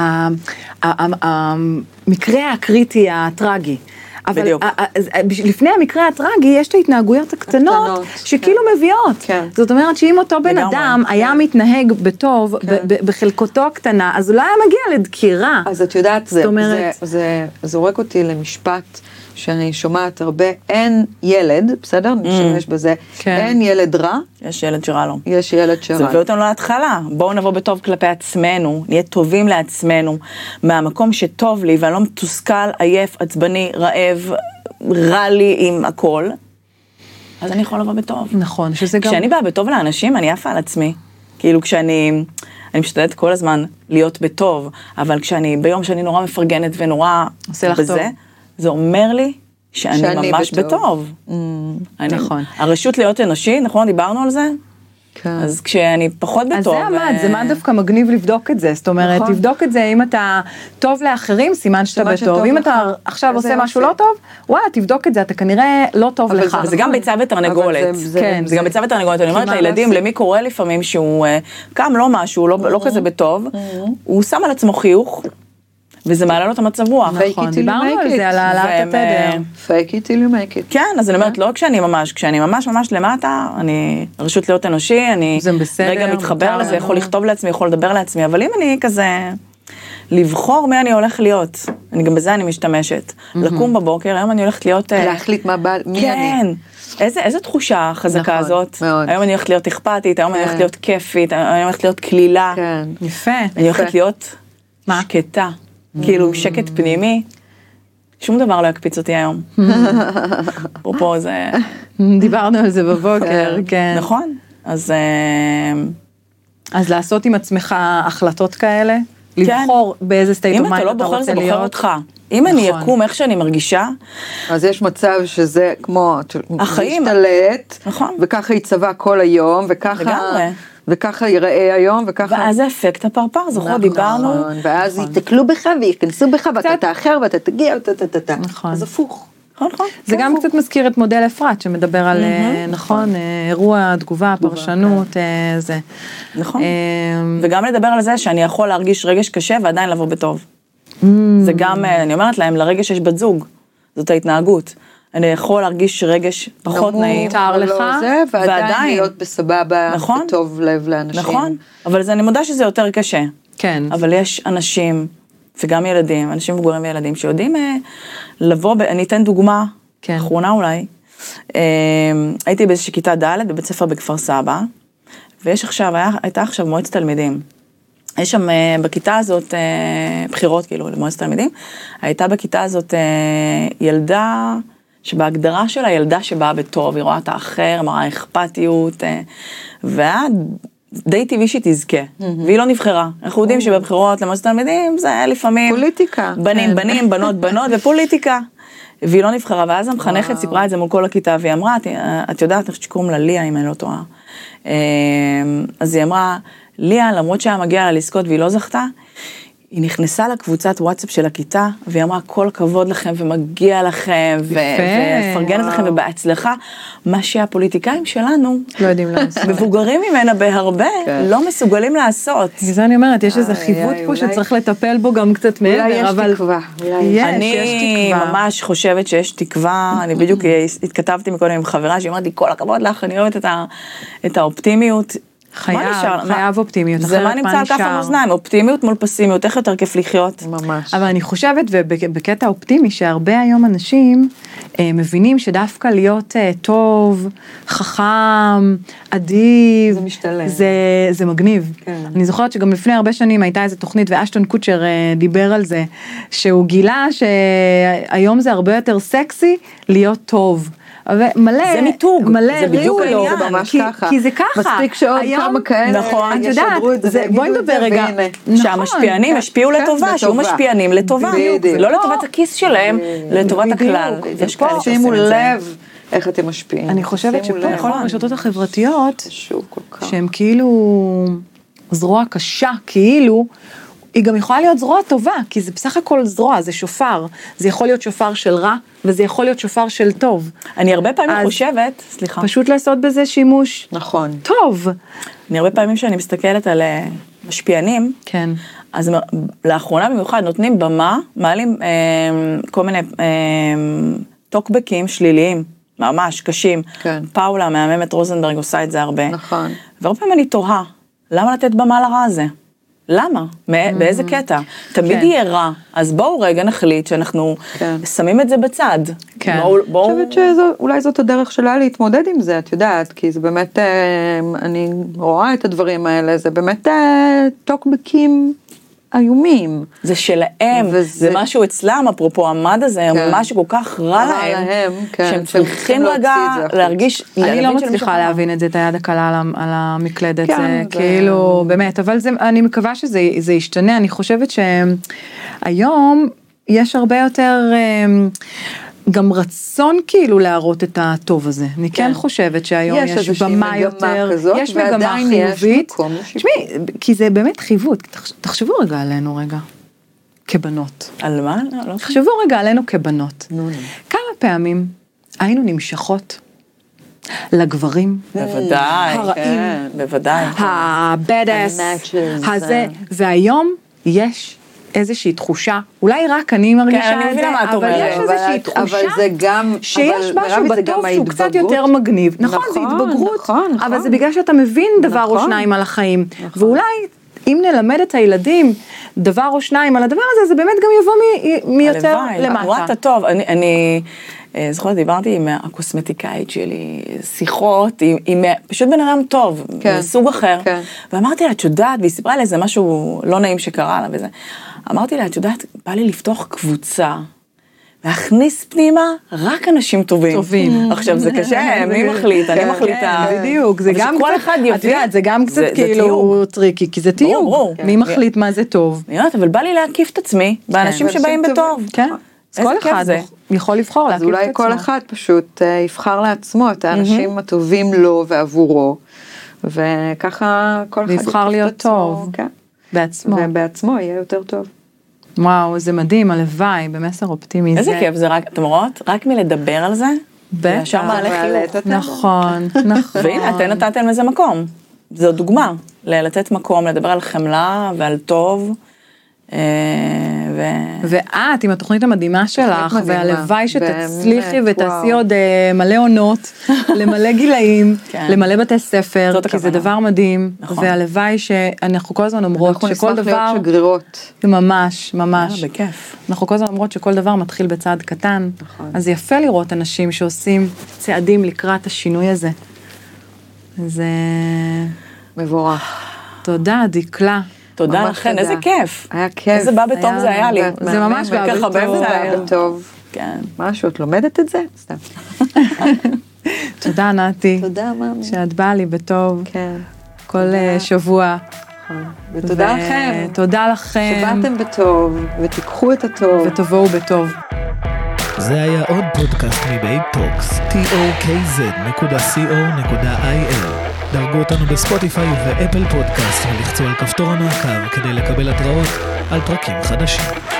המקרה הקריטי הטרגי. אבל לפני המקרה הטרגי, יש את ההתנהגויות הקטנות, שכאילו מביאות. זאת אומרת שאם אותו בן אדם היה מתנהג בטוב, בחלקותו הקטנה, אז הוא לא היה מגיע לדקירה. אז את יודעת, זה זורק אותי למשפט, שאני שומעת הרבה, אין ילד, בסדר? נשתמש בזה, אין ילד רע. יש ילד שרע לו. יש ילד שרע. זה מביא אותנו להתחלה. בואו נבוא בטוב כלפי עצמנו, נהיה טובים לעצמנו, מהמקום שטוב לי, ואני לא מתוסכל, עייף, עצבני, רעב, רע לי עם הכל, אז אני יכול לבוא בטוב. נכון, שזה גם... כשאני באה בטוב לאנשים, אני עפה על עצמי. כאילו אני משתדלת כל הזמן להיות בטוב, אבל ביום שאני נורא מפרגנת ונורא בזה, זה אומר לי שאני ממש בטוב. נכון. הרשות להיות אנושי, נכון? דיברנו על זה? אז כשאני פחות בטוב... אז זה מה דווקא מגניב לבדוק את זה. זאת אומרת, לבדוק את זה, אם אתה טוב לאחרים, סימן שאתה בטוב. אם אתה עכשיו עושה משהו לא טוב, וואלה, תבדוק את זה, אתה כנראה לא טוב לך. זה גם ביצה ותרנגולת. זה גם ביצה ותרנגולת. אני אומרת לילדים, למי קורה לפעמים שהוא קם לא משהו, לא כזה בטוב, הוא שם על עצמו חיוך, וזה מעלה לו את המצב רוח. נכון, דיברנו על זה, על העלאת התדר. fake it till you make it. כן, אז אני אומרת, לא כשאני ממש למטה, אני רשות להיות אנושי, אני רגע מתחבר לזה, יכול לכתוב לעצמי, יכול לדבר לעצמי, אבל אם אני כזה, לבחור מי אני הולך להיות, גם בזה אני משתמשת, לקום בבוקר, היום אני הולכת להיות... להחליט מי אני. איזה תחושה חזקה הזאת. היום אני הולכת להיות אכפתית, היום אני הולכת להיות כיפית, היום אני הולכת להיות כלילה. יפה. אני הולכת להיות שקטה. כאילו שקט פנימי, שום דבר לא יקפיץ אותי היום. אפרופו זה... דיברנו על זה בבוקר, כן. נכון, אז לעשות עם עצמך החלטות כאלה, לבחור באיזה state of mind אתה רוצה להיות. אם אתה לא בוחר, זה בוחר אותך. אם אני אקום איך שאני מרגישה, אז יש מצב שזה כמו, החיים, משתלט, נכון. וככה יצבע כל היום, וככה ייראה היום, וככה... ואז זה אפקט הפרפר, זוכרות, דיברנו. ואז יתקלו בך ויכנסו בך, ואתה תאחר, ואתה תגיע, נכון. אז הפוך. נכון. זה גם קצת מזכיר את מודל אפרת, שמדבר על, נכון, אירוע, תגובה, פרשנות, זה. נכון. וגם לדבר על זה שאני יכול להרגיש רגש קשה ועדיין לבוא בטוב. זה גם, אני אומרת להם, לרגש יש בת זוג. זאת ההתנהגות. אני יכול להרגיש רגש פחות נעים. מותר לך, ועדיין להיות בסבבה, בטוב לב לאנשים. נכון, אבל אני מודה שזה יותר קשה. כן. אבל יש אנשים, וגם ילדים, אנשים מבוגרים וילדים, שיודעים לבוא, אני אתן דוגמה, אחרונה אולי, הייתי באיזושהי כיתה ד' בבית ספר בכפר סבא, הייתה עכשיו מועצת תלמידים. יש שם בכיתה הזאת, בחירות כאילו למועצת תלמידים, הייתה בכיתה הזאת ילדה, שבהגדרה שלה ילדה שבאה בטוב, היא רואה את האחר, מראה אכפתיות, די טבעי שהיא תזכה, והיא לא נבחרה. אנחנו יודעים שבבחירות למועצת תלמידים זה לפעמים... פוליטיקה. בנים, בנים, בנות, בנות, ופוליטיקה. והיא לא נבחרה, ואז המחנכת סיפרה את זה מול כל הכיתה, והיא אמרה, את יודעת, אני חושבת שקוראים לה ליה, אם אני לא טועה. אז היא אמרה, ליה, למרות שהיה מגיעה לה לזכות והיא לא זכתה, היא נכנסה לקבוצת וואטסאפ של הכיתה, והיא אמרה, כל כבוד לכם ומגיע לכם, ופרגנת לכם ובהצלחה, מה שהפוליטיקאים שלנו, לא יודעים לעשות. מבוגרים ממנה בהרבה, לא מסוגלים לעשות. זה אני אומרת, יש איזה חיווט פה שצריך לטפל בו גם קצת מעבר, אבל... אני ממש חושבת שיש תקווה, אני בדיוק התכתבתי מקודם עם חברה, שהיא אמרת לי, כל הכבוד לך, אני אוהבת את האופטימיות, חייב אופטימיות. זה מה נמצא על כף המאזניים, אופטימיות מול פסימיות, איך יותר כיף לחיות? ממש. אבל אני חושבת, ובקטע אופטימי, שהרבה היום אנשים מבינים שדווקא להיות טוב, חכם, אדיב, זה משתלם. זה מגניב. אני זוכרת שגם לפני הרבה שנים הייתה איזו תוכנית, ואשטון קוצ'ר דיבר על זה, שהוא גילה שהיום זה הרבה יותר סקסי להיות טוב. מלא, זה מיתוג, זה בדיוק העניין, זה ממש ככה. כי זה ככה. מספיק שעוד כמה כאלה ישדרו את זה, בואי נדבר רגע. שהמשפיענים השפיעו לטובה, שיהיו משפיענים לטובה. לא לטובת הכיס שלהם, לטובת הכלל. שימו לב איך אתם משפיעים. אני חושבת שפה כל הרשתות החברתיות, שהן כאילו זרוע קשה, כאילו, היא גם יכולה להיות זרוע טובה, כי זה בסך הכל זרוע, זה שופר. זה יכול להיות שופר של רע, וזה יכול להיות שופר של טוב. אני הרבה פעמים חושבת, סליחה. פשוט לעשות בזה שימוש. נכון. טוב. אני הרבה פעמים שאני מסתכלת על משפיענים, כן. אז לאחרונה במיוחד נותנים במה, מעלים כל מיני טוקבקים שליליים, ממש קשים. כן. פאולה, מהממת רוזנברג, עושה את זה הרבה. נכון. והרבה פעמים אני תוהה, למה לתת במה לרע הזה? למה? באיזה קטע? תמיד יהיה רע, אז בואו רגע נחליט שאנחנו שמים את זה בצד. אני חושבת שאולי זאת הדרך שלה להתמודד עם זה, את יודעת, כי זה באמת, אני רואה את הדברים האלה, זה באמת טוקבקים איומים. זה שלהם, זה משהו אצלם, אפרופו המד הזה, משהו כל כך רע להם, שהם צריכים רגע להרגיש, אני לא מצליחה להבין את זה, את היד הקלה על המקלדת, זה כאילו, באמת, אבל אני מקווה שזה ישתנה, אני חושבת שהיום יש הרבה יותר גם רצון כאילו להראות את הטוב הזה. אני כן חושבת שהיום יש במה יותר, יש מגמה חיובית. תשמעי, כי זה באמת חיווט. תחשבו רגע עלינו רגע, כבנות. על מה? תחשבו רגע עלינו כבנות. כמה פעמים היינו נמשכות לגברים. בוודאי, כן, בוודאי. הבדס, הזה, והיום יש איזושהי תחושה, אולי רק אני מרגישה את זה, אבל יש איזושהי תחושה שיש משהו בטוב שהוא קצת יותר מגניב. נכון, זה התבגרות, אבל זה בגלל שאתה מבין דבר או שניים על החיים, ואולי אם נלמד את הילדים דבר או שניים על הדבר הזה, זה באמת גם יבוא מיותר למטה. רואה טוב, אני זוכרת, דיברתי עם הקוסמטיקאית שלי, שיחות, עם פשוט בן אדם טוב, מסוג אחר, ואמרתי לה, את יודעת, והיא סיפרה לי איזה משהו לא נעים שקרה לה וזה, אמרתי לה, את יודעת, בא לי לפתוח קבוצה להכניס פנימה רק אנשים טובים. עכשיו זה קשה, מי מחליט? אני מחליטה. בדיוק, זה גם כל אחד יבין. את יודעת, זה גם קצת כאילו טריקי, כי זה תיוג. מי מחליט מה זה טוב? אבל בא לי להקיף את עצמי, באנשים שבאים בטוב. כן. אז כל אחד יכול לבחור להקיף את עצמו. אז אולי כל אחד פשוט יבחר לעצמו את האנשים הטובים לו ועבורו, וככה כל אחד יבחר להיות טוב. בעצמו. ובעצמו יהיה יותר טוב. וואו, זה מדהים, הלוואי, במסר אופטימי. איזה כיף, זה רק, אתם רואות? רק מלדבר על זה, ישר מעלה חיוך. נכון. והנה, אתן נתתם לזה מקום. זו דוגמה, לתת מקום, לדבר על חמלה ועל טוב. ואת, עם התוכנית המדהימה שלך, והלוואי שתצליחי ותעשי עוד מלא עונות, למלא גילאים, למלא בתי ספר, כי זה דבר מדהים, והלוואי שאנחנו כל הזמן אומרות שכל דבר... אנחנו נשמח להיות שגרירות. ממש, ממש. בכיף. אנחנו כל הזמן אומרות שכל דבר מתחיל בצעד קטן, אז יפה לראות אנשים שעושים צעדים לקראת השינוי הזה. זה... מבורך. תודה, דקלה. תודה לכן, איזה כיף. היה כיף. איזה בא בטוב זה היה לי. זה ממש בא בטוב. בא בטוב. כן. משהו, את לומדת את זה? סתם. תודה, נתי. תודה, מאמי. שאת באה לי בטוב. כן. כל שבוע. ותודה לכם. תודה לכם. שבאתם בטוב, ותיקחו את הטוב. ותבואו בטוב. זה היה עוד פודקאסט מבית טוקס, tokz.co.il. דרגו אותנו בספוטיפיי ובאפל פודקאסט ולחצו על כפתור המעקב כדי לקבל התראות על פרקים חדשים.